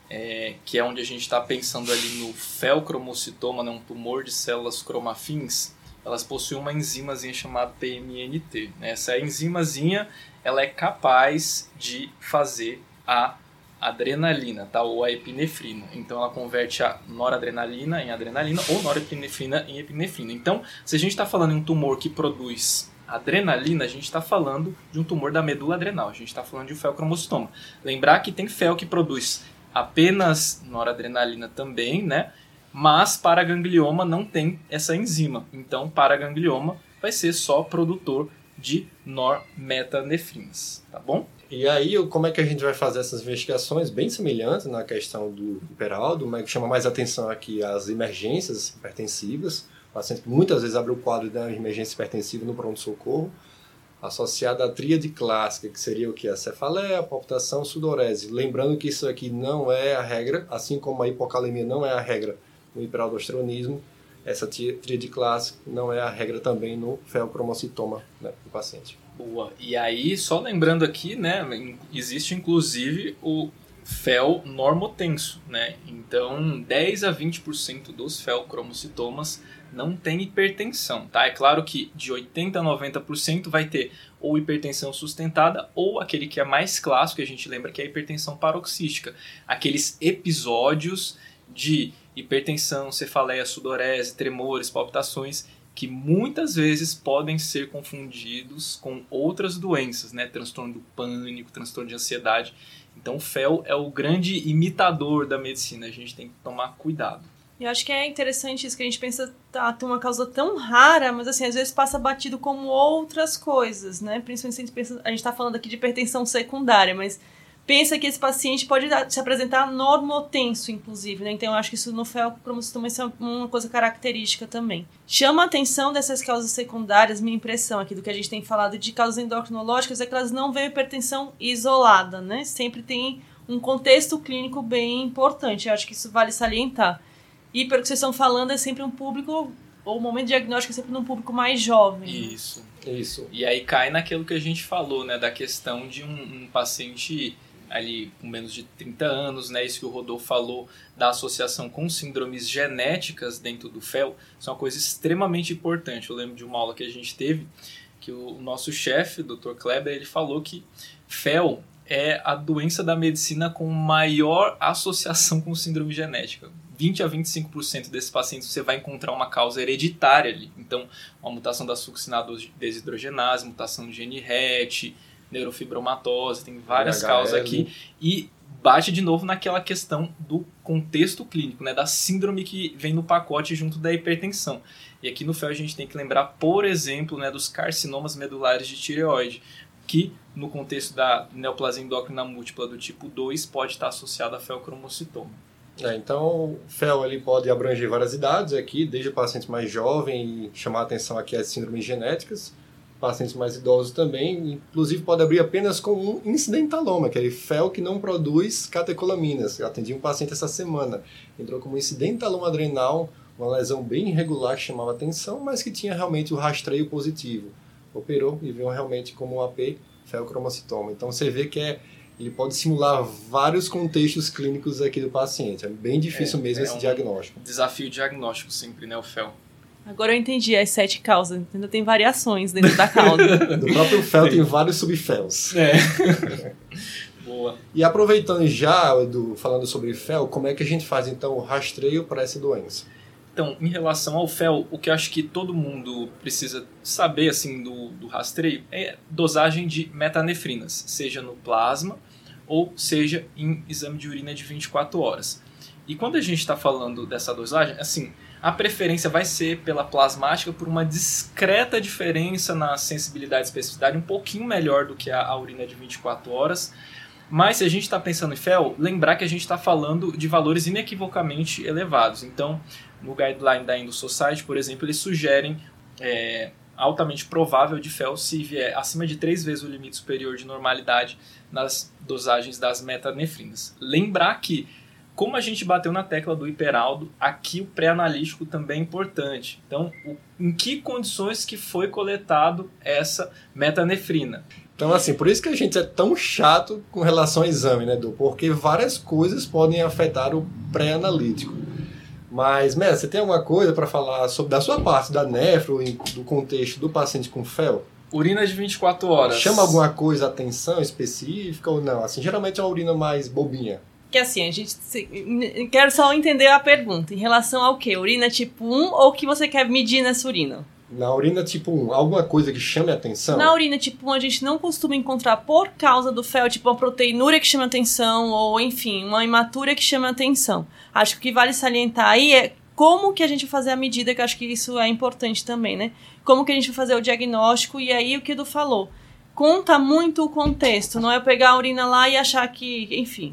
é, que é onde a gente está pensando ali no feocromocitoma, né, um tumor de células cromafins, elas possuem uma enzimazinha chamada P M N T. Né? Essa enzimazinha ela é capaz de fazer a adrenalina, tá? Ou a epinefrina. Então ela converte a noradrenalina em adrenalina ou norepinefrina em epinefrina. Então, se a gente está falando em um tumor que produz adrenalina, a gente está falando de um tumor da medula adrenal. A gente está falando de um feocromocitoma. Lembrar que tem fel que produz apenas noradrenalina também, né? Mas paraganglioma não tem essa enzima. Então, paraganglioma vai ser só produtor de normetanefrinas, tá bom?
E aí, como é que a gente vai fazer essas investigações bem semelhantes na questão do hiperaldo, mas que chama mais atenção aqui as emergências hipertensivas, o paciente que muitas vezes abre o quadro da emergência hipertensiva no pronto-socorro, associada à tríade clássica, que seria o que? A cefaleia, a palpitação, sudorese. Lembrando que isso aqui não é a regra, assim como a hipocalemia não é a regra no hiperaldosteronismo, essa tríade clássica não é a regra também no feocromocitoma, né, do paciente.
Boa. E aí, só lembrando aqui, né, existe inclusive o fel normotenso, né? Então, dez a vinte por cento dos feocromocitomas não tem hipertensão, tá? É claro que de oitenta a noventa por cento vai ter ou hipertensão sustentada ou aquele que é mais clássico, que a gente lembra que é a hipertensão paroxística. Aqueles episódios de hipertensão, cefaleia, sudorese, tremores, palpitações, que muitas vezes podem ser confundidos com outras doenças, né? Transtorno do pânico, transtorno de ansiedade. Então o fel é o grande imitador da medicina, a gente tem que tomar cuidado.
E eu acho que é interessante isso, que a gente pensa, tá, tem uma causa tão rara, mas assim, às vezes passa batido como outras coisas, né? Principalmente se a gente pensa, a gente tá falando aqui de hipertensão secundária, mas pensa que esse paciente pode se apresentar normotenso, inclusive, né? Então eu acho que isso no feocromocitoma é uma coisa característica também. Chama a atenção dessas causas secundárias, minha impressão aqui do que a gente tem falado de causas endocrinológicas é que elas não veem hipertensão isolada, né? Sempre tem um contexto clínico bem importante, eu acho que isso vale salientar. E pelo que vocês estão falando, é sempre um público, ou o momento diagnóstico é sempre num público mais jovem.
Isso.
Isso.
E aí cai naquilo que a gente falou, né? Da questão de um, um paciente ali com menos de trinta anos, né? Isso que o Rodolfo falou da associação com síndromes genéticas dentro do fel, isso é uma coisa extremamente importante. Eu lembro de uma aula que a gente teve, que o nosso chefe, o doutor Kleber, ele falou que fel é a doença da medicina com maior associação com síndrome genética. vinte a vinte e cinco por cento desses pacientes você vai encontrar uma causa hereditária ali. Então, uma mutação da succinadose desidrogenase, mutação de gene R E T, neurofibromatose, tem várias causas aqui. E bate de novo naquela questão do contexto clínico, né, da síndrome que vem no pacote junto da hipertensão. E aqui no fel a gente tem que lembrar, por exemplo, né, dos carcinomas medulares de tireoide, que no contexto da neoplasia endócrina múltipla do tipo dois pode estar associado a feocromocitoma.
É, então, o fel ele pode abranger várias idades aqui, desde pacientes mais jovens e chamar a atenção aqui às síndromes genéticas, pacientes mais idosos também, inclusive pode abrir apenas com um incidentaloma, aquele fel que não produz catecolaminas. Eu atendi um paciente essa semana, entrou como incidentaloma adrenal, uma lesão bem irregular que chamava atenção, mas que tinha realmente o rastreio positivo. Operou e viu realmente como um A P feocromocitoma. Então você vê que é ele pode simular vários contextos clínicos aqui do paciente. É bem difícil é, mesmo é esse um diagnóstico.
Desafio diagnóstico sempre, né, o fel.
Agora eu entendi as sete causas. Ainda tem variações dentro da causa.
Do próprio fel tem vários subfels.
É. Boa.
E aproveitando já, Edu, falando sobre fel, como é que a gente faz então o rastreio para essa doença?
Então, em relação ao fel, o que eu acho que todo mundo precisa saber assim, do, do rastreio é dosagem de metanefrinas, seja no plasma ou seja, em exame de urina de vinte e quatro horas. E quando a gente está falando dessa dosagem, assim, a preferência vai ser pela plasmática por uma discreta diferença na sensibilidade e especificidade, um pouquinho melhor do que a, a urina de vinte e quatro horas. Mas se a gente está pensando em fel, lembrar que a gente está falando de valores inequivocamente elevados. Então, no guideline da Endo Society, por exemplo, eles sugerem é, altamente provável de fel se vier acima de três vezes o limite superior de normalidade nas dosagens das metanefrinas. Lembrar que, como a gente bateu na tecla do hiperaldo, aqui o pré-analítico também é importante. Então, o, em que condições que foi coletado essa metanefrina?
Então, assim, por isso que a gente é tão chato com relação ao exame, né, Edu? Porque várias coisas podem afetar o pré-analítico. Mas, Mé, você tem alguma coisa para falar sobre da sua parte, da nefro, do contexto do paciente com fel?
Urina de vinte e quatro horas.
Chama alguma coisa atenção específica ou não? Assim, geralmente é uma urina mais bobinha.
Que assim, a gente... Se, quero só entender a pergunta. Em relação ao quê? Urina tipo um ou o que você quer medir nessa urina?
Na urina tipo um, alguma coisa que chame a atenção?
Na urina tipo um, a gente não costuma encontrar por causa do fel, tipo uma proteinúria que chama atenção, ou enfim, uma hematura que chama atenção. Acho que o que vale salientar aí é como que a gente vai fazer a medida, que eu acho que isso é importante também, né? Como que a gente vai fazer o diagnóstico, e aí o que o Edu falou. Conta muito o contexto, não é eu pegar a urina lá e achar que, enfim...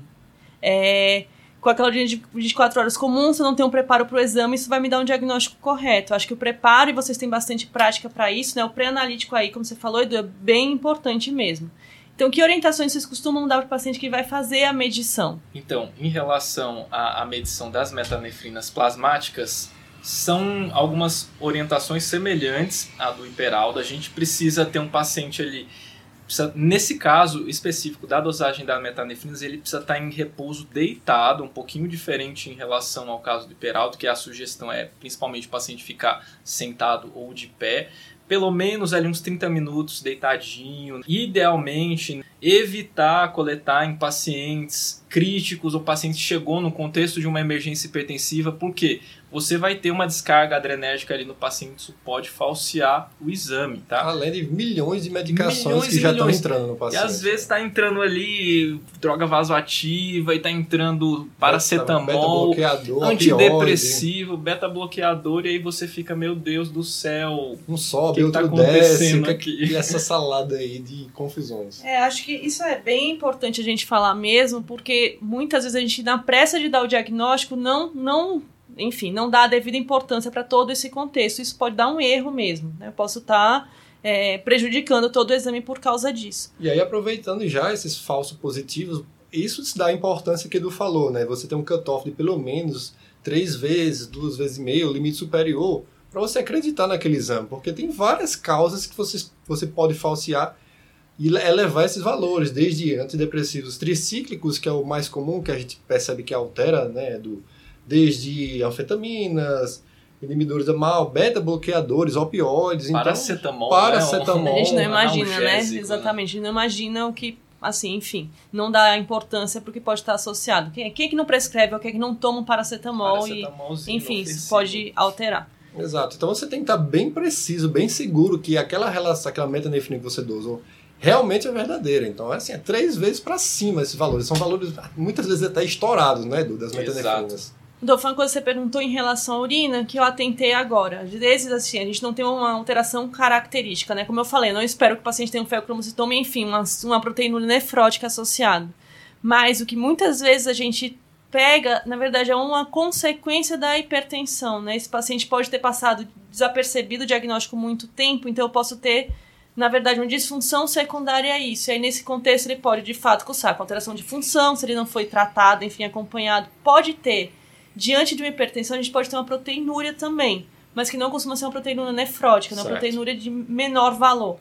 É, com aquela urina de vinte e quatro horas comum, se eu não tenho um preparo para o exame, isso vai me dar um diagnóstico correto. Acho que o preparo, e vocês têm bastante prática para isso, né? O pré-analítico aí, como você falou, Edu, é bem importante mesmo. Então, que orientações vocês costumam dar para o paciente que vai fazer a medição?
Então, em relação à, à medição das metanefrinas plasmáticas, são algumas orientações semelhantes à do hiperaldo. A gente precisa ter um paciente ali... Precisa, nesse caso específico da dosagem da metanefrinas, ele precisa estar em repouso deitado, um pouquinho diferente em relação ao caso do hiperaldo, que a sugestão é principalmente o paciente ficar sentado ou de pé, pelo menos ali uns trinta minutos deitadinho. Idealmente, evitar coletar em pacientes críticos ou paciente que chegou no contexto de uma emergência hipertensiva, porque você vai ter uma descarga adrenérgica ali no paciente, isso pode falsear o exame, tá?
Além de milhões de medicações
milhões
que já
milhões.
estão entrando no paciente.
E às vezes está entrando ali droga vasoativa e está entrando paracetamol, antidepressivo, beta-bloqueador, e aí você fica, meu Deus do céu,
um sobe,
que
outro
tá
desce,
aqui?
E essa salada aí de confusões.
É, acho que isso é bem importante a gente falar mesmo, porque muitas vezes a gente, na pressa de dar o diagnóstico, não... não enfim, não dá a devida importância para todo esse contexto. Isso pode dar um erro mesmo, né? Eu posso estar é, prejudicando todo o exame por causa disso.
E aí, aproveitando já esses falsos positivos, isso se dá a importância que o Edu falou, né? Você tem um cutoff de pelo menos três vezes, duas vezes e meio, o limite superior, para você acreditar naquele exame, porque tem várias causas que você, você pode falsear e elevar esses valores, desde antidepressivos tricíclicos, que é o mais comum, que a gente percebe que altera, né, do... desde anfetaminas, inibidores da mal, beta-bloqueadores, opioides,
paracetamol,
então, paracetamol.
A gente não imagina, né?
Exatamente,
a gente não imagina o que, assim, enfim, não dá importância porque pode estar associado. Quem, quem é que não prescreve ou quem é que não toma um paracetamol e, enfim, isso pode alterar.
Exato. Então você tem que estar bem preciso, bem seguro que aquela relação, aquela metanefrina que você dosou realmente é verdadeira. Então, assim, é três vezes para cima esses valores. São valores, muitas vezes, até estourados, né, Edu, das metanefrinas.
Então, foi uma coisa que você perguntou em relação à urina, que eu atentei agora. Às vezes, assim, a gente não tem uma alteração característica, né? Como eu falei, eu não espero que o paciente tenha um feocromocitoma, enfim, uma, uma proteína nefrótica associada. Mas o que muitas vezes a gente pega, na verdade, é uma consequência da hipertensão, né? Esse paciente pode ter passado desapercebido o diagnóstico muito tempo, então eu posso ter, na verdade, uma disfunção secundária a isso. E aí, nesse contexto, ele pode, de fato, cursar com alteração de função, se ele não foi tratado, enfim, acompanhado. Pode ter. Diante de uma hipertensão, a gente pode ter uma proteinúria também, mas que não costuma ser uma proteinúria nefrótica, né? Uma proteinúria de menor valor.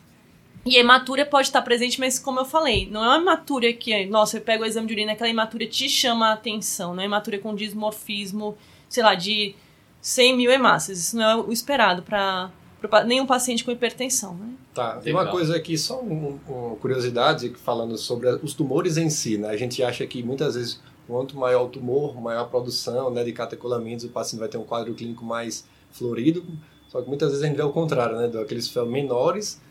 E a hematúria pode estar presente, mas como eu falei, não é uma hematúria que, nossa, eu pego o exame de urina, aquela hematúria te chama a atenção, não é uma hematúria com dismorfismo, sei lá, de cem mil hemácias. Isso não é o esperado para nenhum paciente com hipertensão, né?
Tá, tem uma coisa aqui, só uma um, curiosidade, falando sobre os tumores em si, né? A gente acha que muitas vezes, quanto maior o tumor, maior a produção, né, de catecolamidos, o paciente vai ter um quadro clínico mais florido, só que muitas vezes a gente vê o contrário, né? Aqueles fel menores,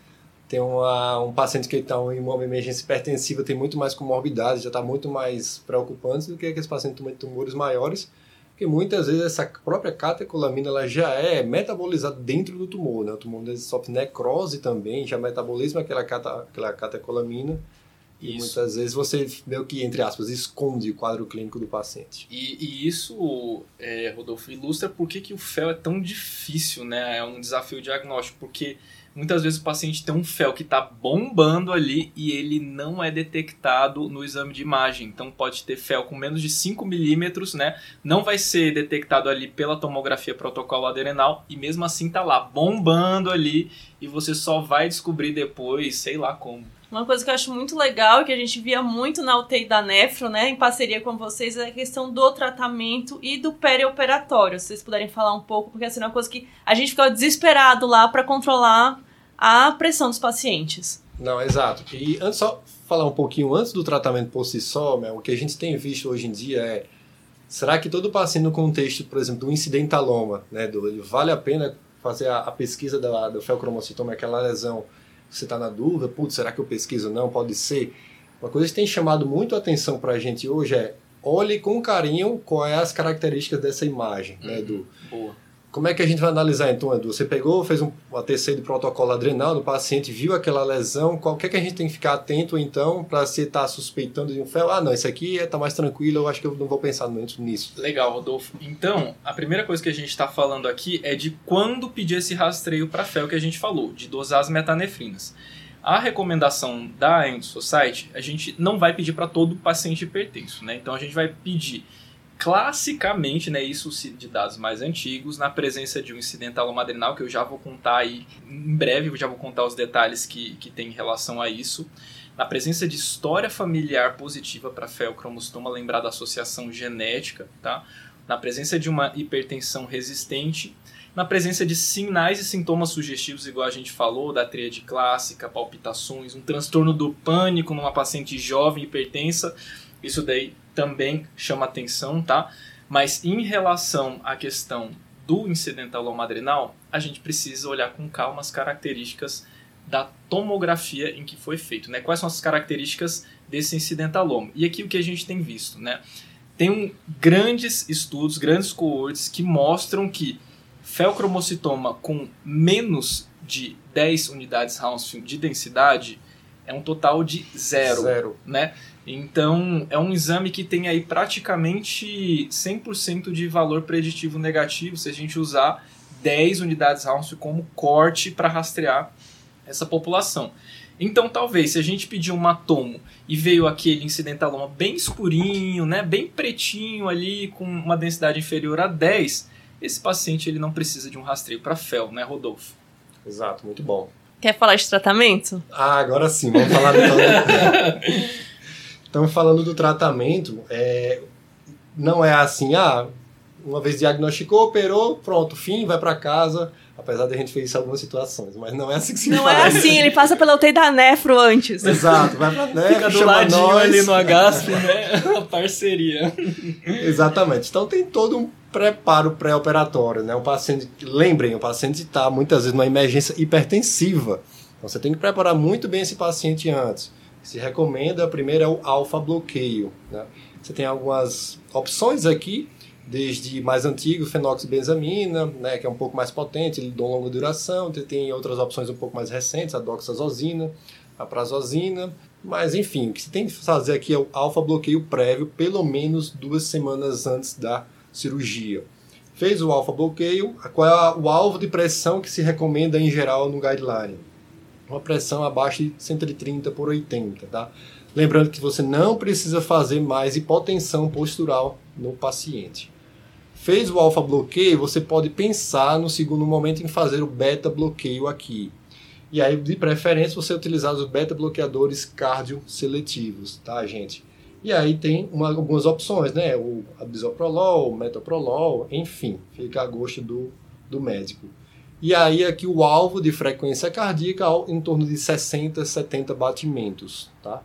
tem uma, um paciente que está em uma emergência hipertensiva, tem muito mais comorbidade, já está muito mais preocupante do que aqueles pacientes com tumores maiores, porque muitas vezes essa própria catecolamina ela já é metabolizada dentro do tumor, né? O tumor sofre necrose também, já metabolisma aquela, cata, aquela catecolamina, e isso. Muitas vezes você meio que, entre aspas, esconde o quadro clínico do paciente.
E, e isso, é, Rodolfo, ilustra por que, que o F E L é tão difícil, né? É um desafio diagnóstico, porque muitas vezes o paciente tem um F E L que está bombando ali e ele não é detectado no exame de imagem. Então pode ter F E L com menos de cinco milímetros, né? Não vai ser detectado ali pela tomografia protocolo adrenal e mesmo assim está lá bombando ali e você só vai descobrir depois, sei lá como.
Uma coisa que eu acho muito legal, que a gente via muito na U T I da Nefro, né, em parceria com vocês, é a questão do tratamento e do perioperatório. Se vocês puderem falar um pouco, porque assim, é uma coisa que a gente ficava desesperado lá para controlar a pressão dos pacientes.
Não, exato. E antes, só falar um pouquinho antes do tratamento por si só, Mel, o que a gente tem visto hoje em dia é, será que todo paciente no contexto, por exemplo, do incidentaloma, né, do, ele vale a pena fazer a, a pesquisa da, do feocromocitoma, aquela lesão, você está na dúvida, putz, será que eu pesquiso? Não, pode ser. Uma coisa que tem chamado muito a atenção para a gente hoje é, olhe com carinho quais é as características dessa imagem, uhum. né, Edu?
Boa.
Como é que a gente vai analisar então, Edu? Você pegou, fez um A T C de protocolo adrenal do paciente, viu aquela lesão, qual que é que a gente tem que ficar atento então para se estar tá suspeitando de um F E L? Ah, não, esse aqui está mais tranquilo, eu acho que eu não vou pensar muito nisso.
Legal, Rodolfo. Então, a primeira coisa que a gente está falando aqui é de quando pedir esse rastreio para F E L que a gente falou, de dosar as metanefrinas. A recomendação da Endo Society, a gente não vai pedir para todo paciente hipertenso, né? Então a gente vai pedir classicamente, né, isso de dados mais antigos, na presença de um incidentaloma adrenal, que eu já vou contar aí em breve, eu já vou contar os detalhes que, que tem em relação a isso. Na presença de história familiar positiva para feocromocitoma, lembrar da associação genética, tá? Na presença de uma hipertensão resistente, na presença de sinais e sintomas sugestivos, igual a gente falou, da tríade clássica, palpitações, um transtorno do pânico numa paciente jovem hipertensa, isso daí também chama atenção, tá? Mas em relação à questão do incidentaloma adrenal, a gente precisa olhar com calma as características da tomografia em que foi feito, né? Quais são as características desse incidentaloma? E aqui o que a gente tem visto, né? Tem um, grandes estudos, grandes coortes que mostram que feocromocitoma com menos de dez unidades Hounsfield de densidade é um total de zero,
zero.
Né? Então, é um exame que tem aí praticamente cem por cento de valor preditivo negativo se a gente usar dez unidades Hounsfield como corte para rastrear essa população. Então, talvez, se a gente pedir uma tomo e veio aquele incidentaloma bem escurinho, né, bem pretinho ali, com uma densidade inferior a dez, esse paciente ele não precisa de um rastreio para F E L, né, Rodolfo?
Exato, muito bom.
Quer falar de tratamento?
Ah, agora sim, vamos falar do tratamento. Estamos falando do tratamento, é, não é assim, ah, uma vez diagnosticou, operou, pronto, fim, vai para casa, apesar de a gente fez isso em algumas situações, mas não é assim que se
não
faz.
Não é assim, ele passa pela U T I da Nefro antes.
Exato, vai pra Nefro,
fica do
chama
ladinho
nós.
ali no Agasp, né, uma parceria.
Exatamente, então tem todo um preparo pré-operatório, né? O paciente, lembrem, o paciente está muitas vezes numa emergência hipertensiva, então você tem que preparar muito bem esse paciente antes. Se recomenda, a primeira é o alfa-bloqueio, né? Você tem algumas opções aqui, desde mais antigo, fenoxibenzamina, né, que é um pouco mais potente, ele dá uma longa duração, tem outras opções um pouco mais recentes, a doxazosina, a prazosina, mas enfim, o que você tem que fazer aqui é o alfa-bloqueio prévio, pelo menos duas semanas antes da cirurgia. Fez o alfa-bloqueio, qual é o alvo de pressão que se recomenda em geral no guideline? Uma pressão abaixo de cento e trinta por oitenta, tá? Lembrando que você não precisa fazer mais hipotensão postural no paciente. Fez o alfa-bloqueio, você pode pensar no segundo momento em fazer o beta-bloqueio aqui. E aí, de preferência, você utilizar os beta-bloqueadores cardioseletivos, tá, gente? E aí tem uma, algumas opções, né? O bisoprolol, o metoprolol, enfim, fica a gosto do, do médico. E aí aqui o alvo de frequência cardíaca em torno de sessenta, setenta batimentos, tá?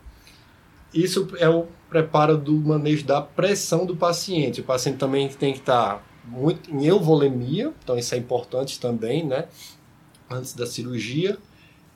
Isso é o preparo do manejo da pressão do paciente. O paciente também tem que estar muito em euvolemia, então isso é importante também, né? Antes da cirurgia.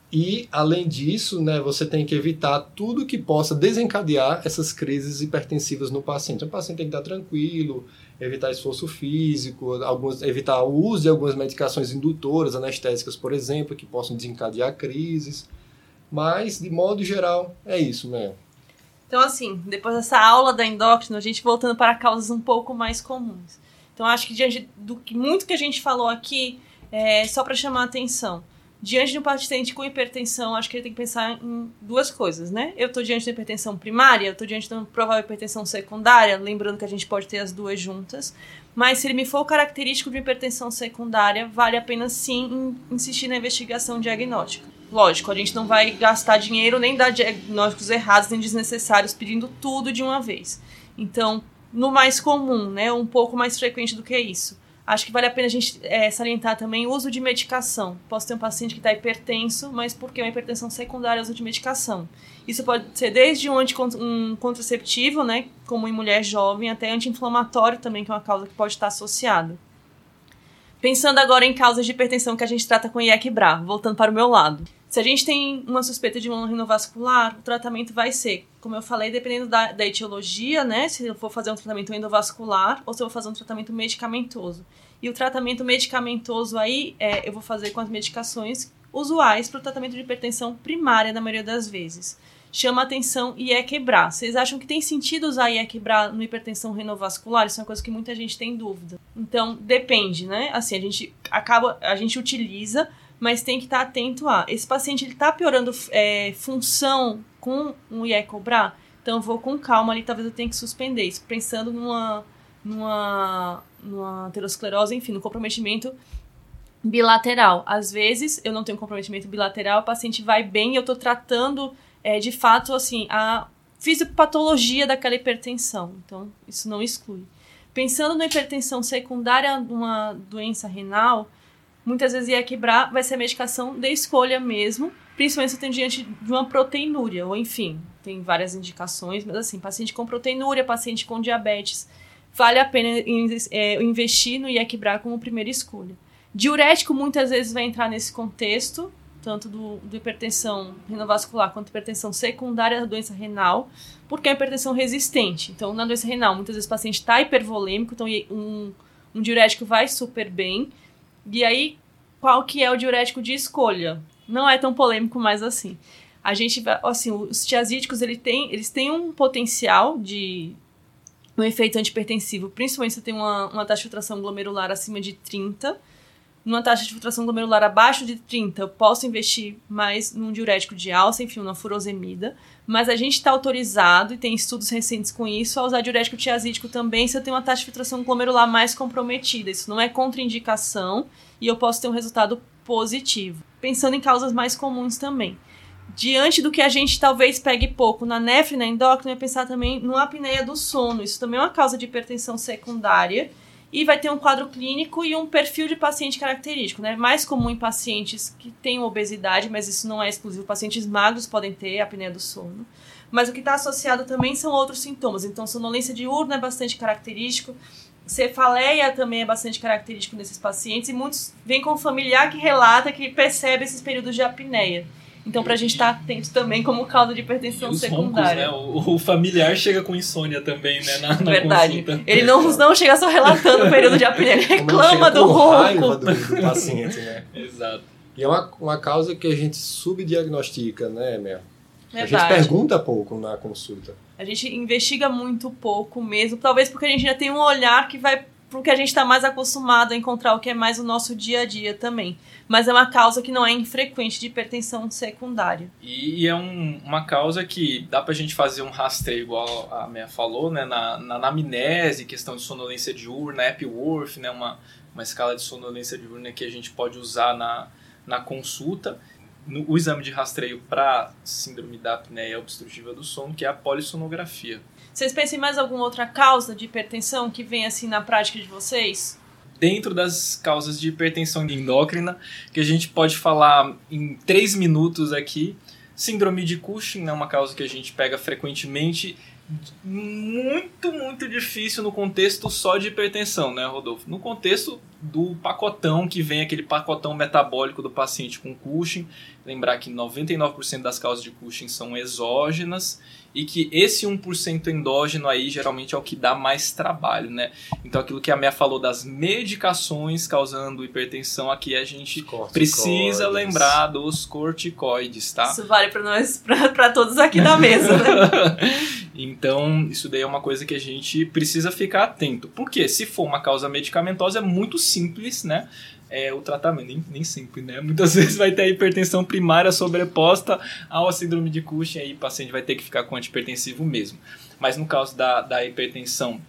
E, além disso, né, você tem que evitar tudo que possa desencadear essas crises hipertensivas no paciente. O paciente tem que estar tranquilo, evitar esforço físico, alguns, evitar o uso de algumas medicações indutoras, anestésicas, por exemplo, que possam desencadear crises. Mas, de modo geral, é isso, né?
Então, assim, depois dessa aula da endócrina, a gente voltando para causas um pouco mais comuns. Então, acho que diante do que muito que a gente falou aqui, é só para chamar a atenção. Diante de um paciente com hipertensão, acho que ele tem que pensar em duas coisas, né? Eu estou diante de uma hipertensão primária, eu estou diante de uma provável hipertensão secundária, lembrando que a gente pode ter as duas juntas, mas se ele me for característico de hipertensão secundária, vale a pena sim insistir na investigação diagnóstica. Lógico, a gente não vai gastar dinheiro nem dar diagnósticos errados nem desnecessários pedindo tudo de uma vez. Então, no mais comum, né, um pouco mais frequente do que isso. Acho que vale a pena a gente é, salientar também o uso de medicação. Posso ter um paciente que está hipertenso, mas porque é uma hipertensão secundária, uso de medicação. Isso pode ser desde um, um contraceptivo, né, como em mulher jovem, até anti-inflamatório também, que é uma causa que pode estar associada. Pensando agora em causas de hipertensão que a gente trata com I E C B R A, voltando para o meu lado. Se a gente tem uma suspeita de uma renovascular, o tratamento vai ser, como eu falei, dependendo da, da etiologia, né? Se eu for fazer um tratamento endovascular ou se eu vou fazer um tratamento medicamentoso. E o tratamento medicamentoso aí, é, eu vou fazer com as medicações usuais para o tratamento de hipertensão primária, na maioria das vezes. Chama a atenção I E C B R A. Vocês acham que tem sentido usar I E C B R A no hipertensão renovascular? Isso é uma coisa que muita gente tem dúvida. Então, depende, né? Assim, a gente acaba, a gente utiliza, mas tem que estar atento a... Esse paciente está piorando é, função com um I E C B R A? Então, eu vou com calma ali, talvez eu tenha que suspender isso, pensando numa, numa, numa aterosclerose, enfim, no comprometimento bilateral. Às vezes, eu não tenho comprometimento bilateral, o paciente vai bem e eu estou tratando, é, de fato, assim, a fisiopatologia daquela hipertensão. Então, isso não exclui. Pensando na hipertensão secundária de uma doença renal, muitas vezes I E C B R A vai ser a medicação de escolha mesmo, principalmente se tem diante de uma proteinúria, ou enfim, tem várias indicações, mas assim, paciente com proteinúria, paciente com diabetes, vale a pena é, investir no I E C B R A como primeira escolha. Diurético muitas vezes vai entrar nesse contexto, tanto do, do hipertensão renovascular quanto hipertensão secundária da doença renal, porque é uma hipertensão resistente. Então, na doença renal, muitas vezes o paciente está hipervolêmico, então um, um diurético vai super bem. E aí, qual que é o diurético de escolha? Não é tão polêmico mais assim. A gente, assim, os tiazídicos, ele tem, eles têm um potencial de um efeito antihipertensivo, principalmente se tem uma, uma taxa de filtração glomerular acima de trinta. Numa taxa de filtração glomerular abaixo de trinta, eu posso investir mais num diurético de alça, enfim, uma furosemida. Mas a gente está autorizado, e tem estudos recentes com isso, a usar diurético tiazídico também se eu tenho uma taxa de filtração glomerular mais comprometida. Isso não é contraindicação e eu posso ter um resultado positivo. Pensando em causas mais comuns também. Diante do que a gente talvez pegue pouco na nefro e na endócrina, eu ia pensar também numa apneia do sono. Isso também é uma causa de hipertensão secundária. E vai ter um quadro clínico e um perfil de paciente característico, né? Mais comum em pacientes que têm obesidade, mas isso não é exclusivo. Pacientes magros podem ter apneia do sono. Mas o que está associado também são outros sintomas. Então, sonolência diurna é bastante característico. Cefaleia também é bastante característico nesses pacientes. E muitos vêm com um familiar que relata que percebe esses períodos de apneia. Então, pra gente estar atento também como causa de hipertensão
os
secundária.
Roncos, né? o, o familiar chega com insônia também, né? Na, na
Verdade.
Consulta.
Ele não, não chega só relatando o período de apneia, ele reclama do ronco.
Raiva do, do paciente, né?
Exato.
E é uma, uma causa que a gente subdiagnostica, né, Mel? A gente
Verdade.
pergunta pouco na consulta.
A gente investiga muito pouco mesmo, talvez porque a gente já tem um olhar que vai pro que a gente está mais acostumado a encontrar, o que é mais o nosso dia a dia também. Mas é uma causa que não é infrequente de hipertensão secundária.
E, e é um, uma causa que dá pra gente fazer um rastreio, igual a Meia falou, né? Na, na anamnese, questão de sonolência diurna, Epworth, né? Uma, uma escala de sonolência diurna que a gente pode usar na, na consulta. No, o exame de rastreio para síndrome da apneia obstrutiva do sono, que é a polissonografia.
Vocês pensam em mais alguma outra causa de hipertensão que vem assim na prática de vocês?
Dentro das causas de hipertensão endócrina, que a gente pode falar em três minutos aqui, síndrome de Cushing é uma causa que a gente pega frequentemente muito, muito difícil no contexto só de hipertensão, né, Rodolfo? No contexto do pacotão, que vem aquele pacotão metabólico do paciente com Cushing, lembrar que noventa e nove por cento das causas de Cushing são exógenas e que esse um por cento endógeno aí geralmente é o que dá mais trabalho, né? Então aquilo que a Mea falou das medicações causando hipertensão, aqui a gente precisa lembrar dos corticoides, tá?
Isso vale para nós, para todos aqui na mesa, né?
Então, isso daí é uma coisa que a gente precisa ficar atento. Porque se for uma causa medicamentosa, é muito simples, né? É, o tratamento, nem, nem sempre, né? Muitas vezes vai ter a hipertensão primária sobreposta ao síndrome de Cushing, aí o paciente vai ter que ficar com antihipertensivo mesmo. Mas no caso da, da hipertensão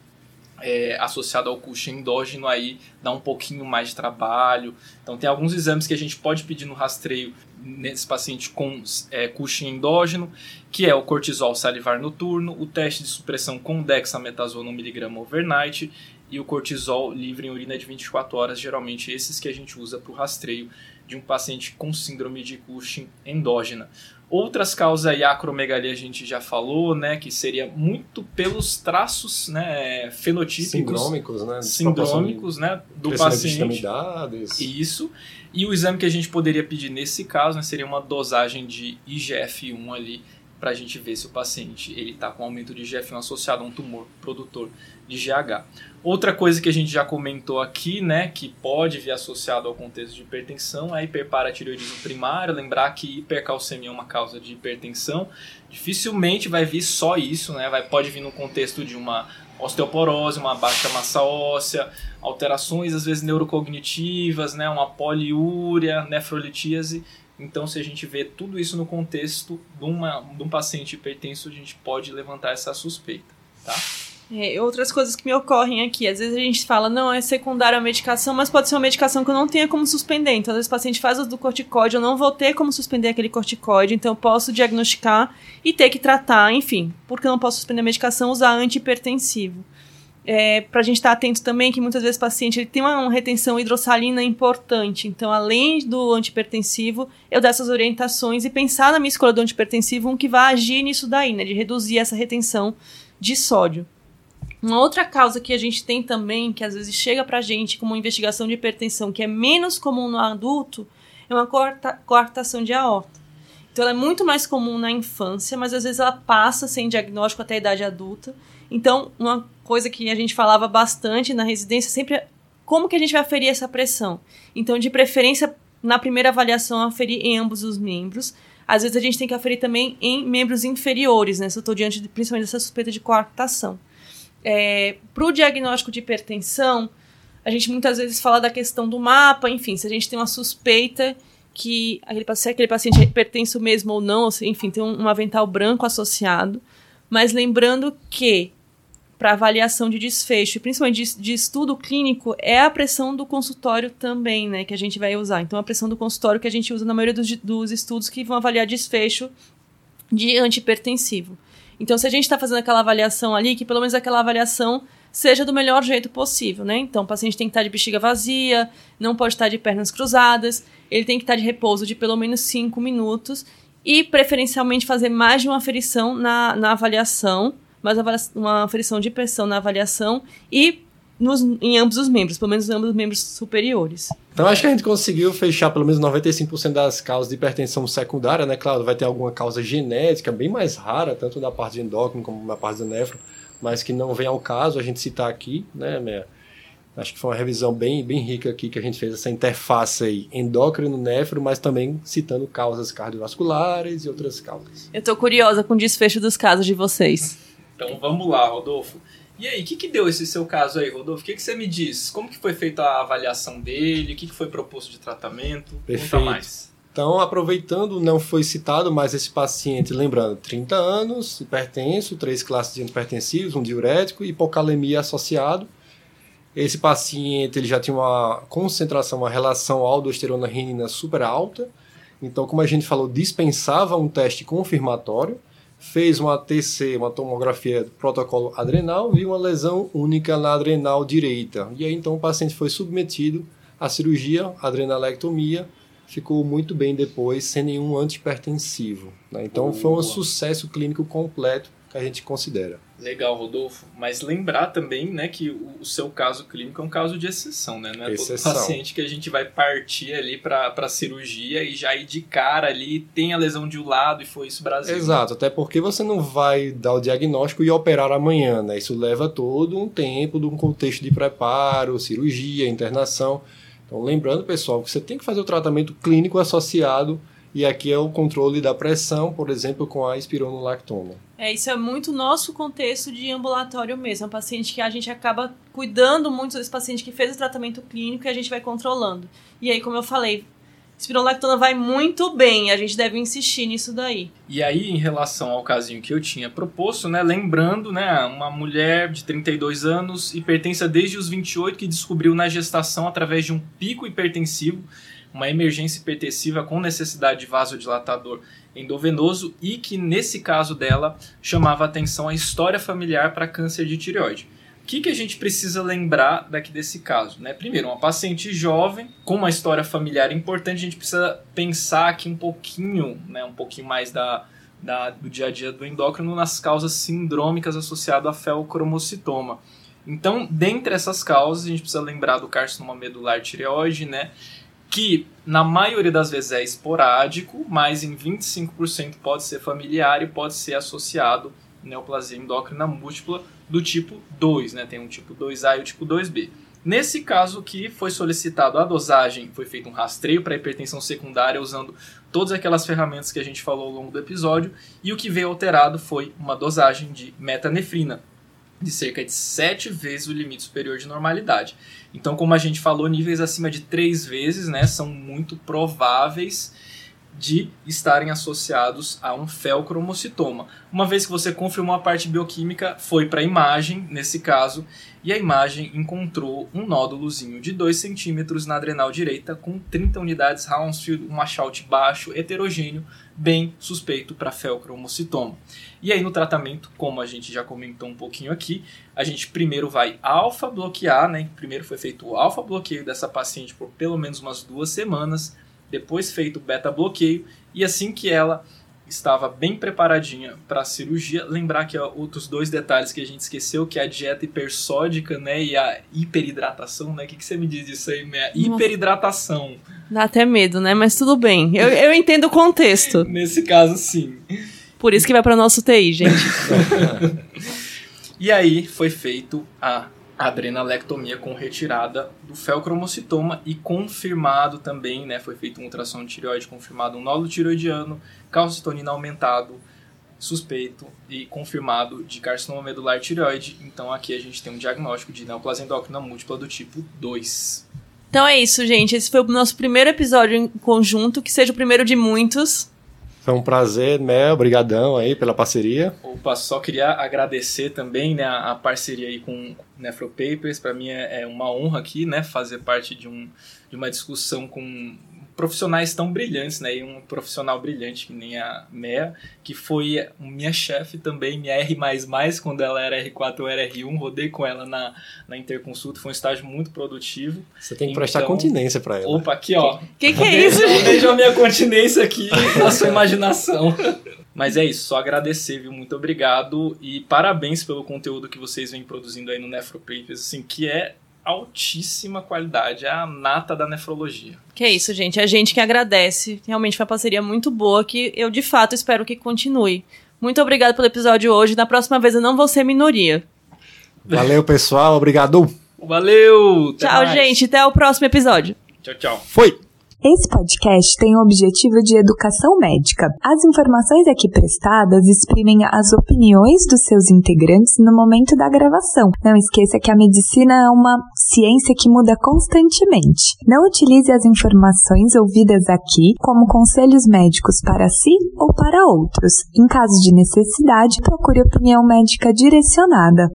é, associada ao Cushing endógeno, aí dá um pouquinho mais de trabalho. Então tem alguns exames que a gente pode pedir no rastreio nesse paciente com é, Cushing endógeno, que é o cortisol salivar noturno, o teste de supressão com dexametasona um miligrama overnight e o cortisol livre em urina de vinte e quatro horas, geralmente esses que a gente usa para o rastreio de um paciente com síndrome de Cushing endógena. Outras causas aí, a acromegalia a gente já falou, né, que seria muito pelos traços, né, fenotípicos.
Sindrômicos, né?
Sindrômicos, né, do paciente.
De
Isso. E o exame que a gente poderia pedir nesse caso, né, seria uma dosagem de I G F um ali, para a gente ver se o paciente ele está com aumento de I G F um associado a um tumor produtor de G H. Outra coisa que a gente já comentou aqui, né, que pode vir associado ao contexto de hipertensão, é a hiperparatireoidismo primário. Lembrar que hipercalcemia é uma causa de hipertensão. Dificilmente vai vir só isso, né, vai, pode vir no contexto de uma osteoporose, uma baixa massa óssea, alterações às vezes neurocognitivas, né, uma poliúria, nefrolitíase. Então, se a gente vê tudo isso no contexto de, uma, de um paciente hipertenso, a gente pode levantar essa suspeita, tá?
É, outras coisas que me ocorrem aqui, às vezes a gente fala, não, é secundária a medicação, mas pode ser uma medicação que eu não tenha como suspender. Então, às vezes o paciente faz uso do corticoide, eu não vou ter como suspender aquele corticoide, então eu posso diagnosticar e ter que tratar, enfim, porque eu não posso suspender a medicação, usar antihipertensivo. É, para a gente estar atento também que muitas vezes o paciente ele tem uma, uma retenção hidrossalina importante, então além do antihipertensivo, eu dar essas orientações e pensar na minha escolha do antihipertensivo, um que vai agir nisso daí, né, de reduzir essa retenção de sódio. Uma outra causa que a gente tem também, que às vezes chega pra gente como uma investigação de hipertensão, que é menos comum no adulto, é uma coarta, coartação de aorta. Então ela é muito mais comum na infância, mas às vezes ela passa sem diagnóstico até a idade adulta. Então, uma coisa que a gente falava bastante na residência sempre é como que a gente vai aferir essa pressão. Então, de preferência, na primeira avaliação, aferir em ambos os membros. Às vezes a gente tem que aferir também em membros inferiores, né? Se eu estou diante de, principalmente dessa suspeita de coartação. É, para o diagnóstico de hipertensão, a gente muitas vezes fala da questão do mapa, enfim, se a gente tem uma suspeita que aquele, se aquele paciente é hipertenso mesmo ou não, enfim, tem um, um avental branco associado, mas lembrando que para avaliação de desfecho, e principalmente de, de estudo clínico, é a pressão do consultório também, né, que a gente vai usar. Então, a pressão do consultório que a gente usa na maioria dos, dos estudos que vão avaliar desfecho de antihipertensivo. Então, se a gente está fazendo aquela avaliação ali, que pelo menos aquela avaliação seja do melhor jeito possível, né? Então, o paciente tem que estar de bexiga vazia, não pode estar de pernas cruzadas, ele tem que estar de repouso de pelo menos cinco minutos e, preferencialmente, fazer mais de uma aferição na, na avaliação, mais uma aferição de pressão na avaliação e nos, em ambos os membros, pelo menos em ambos os membros superiores.
Então, acho que a gente conseguiu fechar pelo menos noventa e cinco por cento das causas de hipertensão secundária, né? Claro, vai ter alguma causa genética bem mais rara, tanto da parte de endócrino como da parte do nefro, mas que não vem ao caso a gente citar aqui, né, Mea? Acho que foi uma revisão bem, bem rica aqui que a gente fez, essa interface aí, endócrino-nefro, mas também citando causas cardiovasculares e outras causas.
Eu tô curiosa com o desfecho dos casos de vocês.
Então vamos lá, Rodolfo. E aí, o que, que deu esse seu caso aí, Rodolfo? O que, que você me diz? Como que foi feita a avaliação dele? O que, que foi proposto de tratamento?
Perfeito.
Conta mais.
Então, aproveitando, não foi citado, mas esse paciente, lembrando, trinta anos, hipertenso, três classes de antihipertensivos, um diurético, hipocalemia associado. Esse paciente ele já tinha uma concentração, uma relação aldosterona-renina super alta. Então, como a gente falou, dispensava um teste confirmatório. Fez uma T C, uma tomografia do protocolo adrenal, viu uma lesão única na adrenal direita. E aí, então, o paciente foi submetido à cirurgia, adrenalectomia, ficou muito bem depois, sem nenhum antihipertensivo, né? Então, Boa. Foi um sucesso clínico completo que a gente considera.
Legal, Rodolfo. Mas lembrar também, né, que o, o seu caso clínico é um caso de exceção, né? Não é
exceção.
Todo paciente que a gente vai partir ali para a cirurgia e já ir de cara ali, tem a lesão de um lado e foi isso Brasil.
Exato, até porque você não vai dar o diagnóstico e operar amanhã, né? Isso leva todo um tempo, de um contexto de preparo, cirurgia, internação. Então, lembrando, pessoal, que você tem que fazer o tratamento clínico associado, e aqui é o controle da pressão, por exemplo, com a espironolactona.
É, isso é muito nosso contexto de ambulatório mesmo. É um paciente que a gente acaba cuidando muito desse paciente que fez o tratamento clínico e a gente vai controlando. E aí, como eu falei, espironolactona vai muito bem, a gente deve insistir nisso daí.
E aí, em relação ao casinho que eu tinha proposto, né, lembrando, né, uma mulher de trinta e dois anos, hipertensa desde os vinte e oito, que descobriu na gestação através de um pico hipertensivo, uma emergência hipertensiva com necessidade de vasodilatador endovenoso e que, nesse caso dela, chamava atenção a história familiar para câncer de tireoide. O que, que a gente precisa lembrar daqui desse caso? Né? Primeiro, uma paciente jovem com uma história familiar importante, a gente precisa pensar aqui um pouquinho, né, um pouquinho mais da, da, do dia a dia do endócrino nas causas sindrômicas associadas a feocromocitoma. Então, dentre essas causas, a gente precisa lembrar do carcinoma medular tireoide, né, que na maioria das vezes é esporádico, mas em vinte e cinco por cento pode ser familiar e pode ser associado à neoplasia endócrina múltipla do tipo dois, né? Tem um tipo dois A e o tipo dois B. Nesse caso que foi solicitado a dosagem, foi feito um rastreio para hipertensão secundária usando todas aquelas ferramentas que a gente falou ao longo do episódio, e o que veio alterado foi uma dosagem de metanefrina, de cerca de sete vezes o limite superior de normalidade. Então, como a gente falou, níveis acima de três vezes, né, são muito prováveis de estarem associados a um feocromocitoma. Uma vez que você confirmou a parte bioquímica, foi para a imagem, nesse caso, e a imagem encontrou um nódulozinho de dois centímetros na adrenal direita com trinta unidades Hounsfield, um Machaut baixo, heterogêneo, bem suspeito para feocromocitoma. E aí no tratamento, como a gente já comentou um pouquinho aqui, a gente primeiro vai alfa-bloquear, né? Primeiro foi feito o alfa-bloqueio dessa paciente por pelo menos umas duas semanas, depois feito o beta-bloqueio, e assim que ela estava bem preparadinha para a cirurgia, lembrar que ó, outros dois detalhes que a gente esqueceu, que é a dieta hipersódica, né, e a hiperidratação, né? O que, que você me diz disso aí, Mé? Hiperidratação.
Dá até medo, né? Mas tudo bem. Eu, eu entendo o contexto.
Nesse caso, sim.
Por isso que vai para o nosso T I, gente.
E aí foi feito a adrenalectomia com retirada do feocromocitoma e confirmado também, né, foi feito um ultrassom de tireoide, confirmado um nódulo tireoidiano, calcitonina aumentado, suspeito e confirmado de carcinoma medular tireoide. Então aqui a gente tem um diagnóstico de neoplasia endócrina múltipla do tipo dois.
Então é isso, gente. Esse foi o nosso primeiro episódio em conjunto, que seja o primeiro de muitos.
Foi um prazer, Mel, obrigadão aí pela parceria.
Opa, só queria agradecer também, né, a parceria aí com o NephroPapers. Para mim é, é uma honra aqui, né, fazer parte de, um, de uma discussão com profissionais tão brilhantes, né, e um profissional brilhante que nem a Mea, que foi minha chefe também, minha R mais mais, quando ela era R quatro ou era R um, rodei com ela na, na interconsulta, foi um estágio muito produtivo.
Você tem que
então,
prestar continência para ela.
Opa, aqui ó.
Que que é isso, gente?
Veja a minha continência aqui, na sua imaginação. Mas é isso, só agradecer, viu? Muito obrigado e parabéns pelo conteúdo que vocês vêm produzindo aí no NephroPapers, assim, que é altíssima qualidade, é a nata da nefrologia.
Que é isso, gente. A gente que agradece. Realmente foi uma parceria muito boa que eu, de fato, espero que continue. Muito obrigado pelo episódio hoje. Na próxima vez eu não vou ser minoria.
Valeu, pessoal. Obrigado.
Valeu!
Tchau,
mais.
gente. Até o próximo episódio.
Tchau, tchau.
Foi!
Esse podcast tem o objetivo de educação médica. As informações aqui prestadas exprimem as opiniões dos seus integrantes no momento da gravação. Não esqueça que a medicina é uma ciência que muda constantemente. Não utilize as informações ouvidas aqui como conselhos médicos para si ou para outros. Em caso de necessidade, procure opinião médica direcionada.